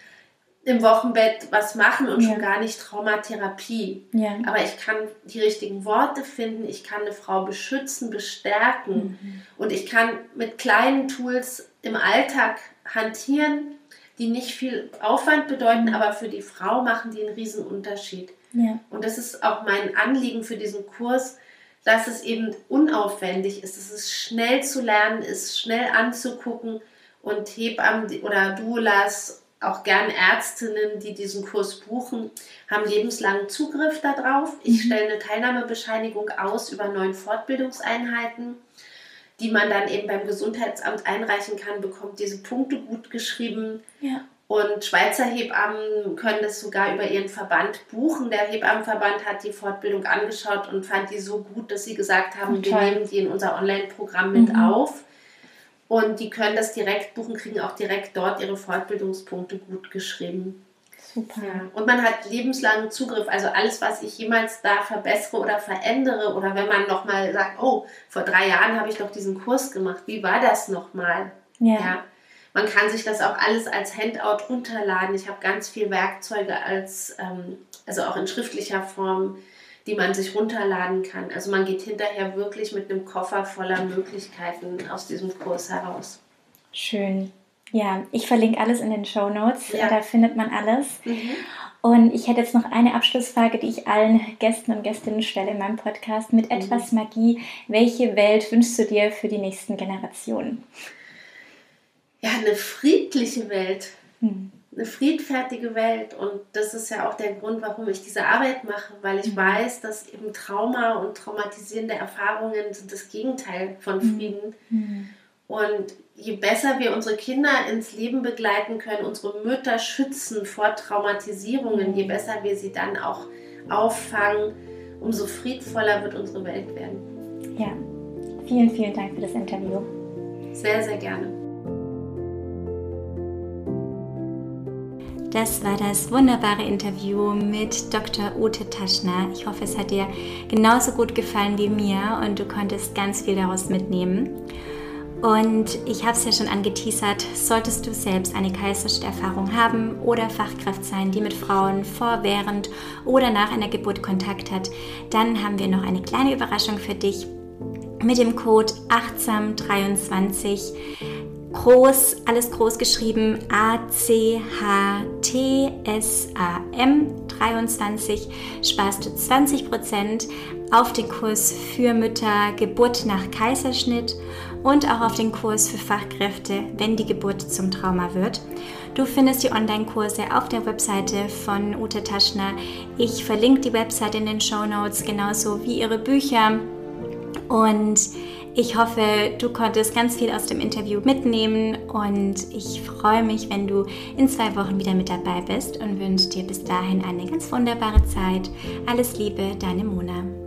im Wochenbett was machen und schon gar nicht Traumatherapie. Ja. Aber ich kann die richtigen Worte finden, ich kann eine Frau beschützen, bestärken und ich kann mit kleinen Tools im Alltag hantieren, die nicht viel Aufwand bedeuten, aber für die Frau machen die einen riesen Unterschied. Ja. Und das ist auch mein Anliegen für diesen Kurs, dass es eben unaufwendig ist, dass es schnell zu lernen ist, schnell anzugucken und Hebammen oder Doulas, auch gern Ärztinnen, die diesen Kurs buchen, haben lebenslangen Zugriff darauf. Ich stelle eine Teilnahmebescheinigung aus über 9 Fortbildungseinheiten, die man dann eben beim Gesundheitsamt einreichen kann, bekommt diese Punkte gut geschrieben. Ja. Und Schweizer Hebammen können das sogar über ihren Verband buchen. Der Hebammenverband hat die Fortbildung angeschaut und fand die so gut, dass sie gesagt haben, wir nehmen die in unser Online-Programm mit auf. Und die können das direkt buchen, kriegen auch direkt dort ihre Fortbildungspunkte gut geschrieben. Super. Ja. Und man hat lebenslangen Zugriff. Also alles, was ich jemals da verbessere oder verändere oder wenn man nochmal sagt, oh, vor 3 Jahren habe ich doch diesen Kurs gemacht. Wie war das nochmal? Ja. Man kann sich das auch alles als Handout runterladen. Ich habe ganz viele Werkzeuge also auch in schriftlicher Form, die man sich runterladen kann. Also man geht hinterher wirklich mit einem Koffer voller Möglichkeiten aus diesem Kurs heraus. Schön. Ja, ich verlinke alles in den Shownotes. Ja. Da findet man alles. Und ich hätte jetzt noch eine Abschlussfrage, die ich allen Gästen und Gästinnen stelle in meinem Podcast. Mit etwas Magie, welche Welt wünschst du dir für die nächsten Generationen? Ja, eine friedliche Welt. Eine friedfertige Welt. Und das ist ja auch der Grund, warum ich diese Arbeit mache, weil ich weiß, dass eben Trauma und traumatisierende Erfahrungen sind das Gegenteil von Frieden. Und je besser wir unsere Kinder ins Leben begleiten können, unsere Mütter schützen vor Traumatisierungen, je besser wir sie dann auch auffangen, umso friedvoller wird unsere Welt werden. Ja, vielen, vielen Dank für das Interview. Sehr, sehr gerne. Das war das wunderbare Interview mit Dr. Ute Taschner. Ich hoffe, es hat dir genauso gut gefallen wie mir und du konntest ganz viel daraus mitnehmen. Und ich habe es ja schon angeteasert, solltest du selbst eine Kaiserschnitt-Erfahrung haben oder Fachkraft sein, die mit Frauen vor, während oder nach einer Geburt Kontakt hat, dann haben wir noch eine kleine Überraschung für dich mit dem Code ACHTSAM23. Alles groß geschrieben, ACHTSAM23, sparst du 20% auf den Kurs für Mütter, Geburt nach Kaiserschnitt und auch auf den Kurs für Fachkräfte, wenn die Geburt zum Trauma wird. Du findest die Online-Kurse auf der Webseite von Ute Taschner. Ich verlinke die Webseite in den Shownotes, genauso wie ihre Bücher. Und ich hoffe, du konntest ganz viel aus dem Interview mitnehmen und ich freue mich, wenn du in 2 Wochen wieder mit dabei bist und wünsche dir bis dahin eine ganz wunderbare Zeit. Alles Liebe, deine Mona.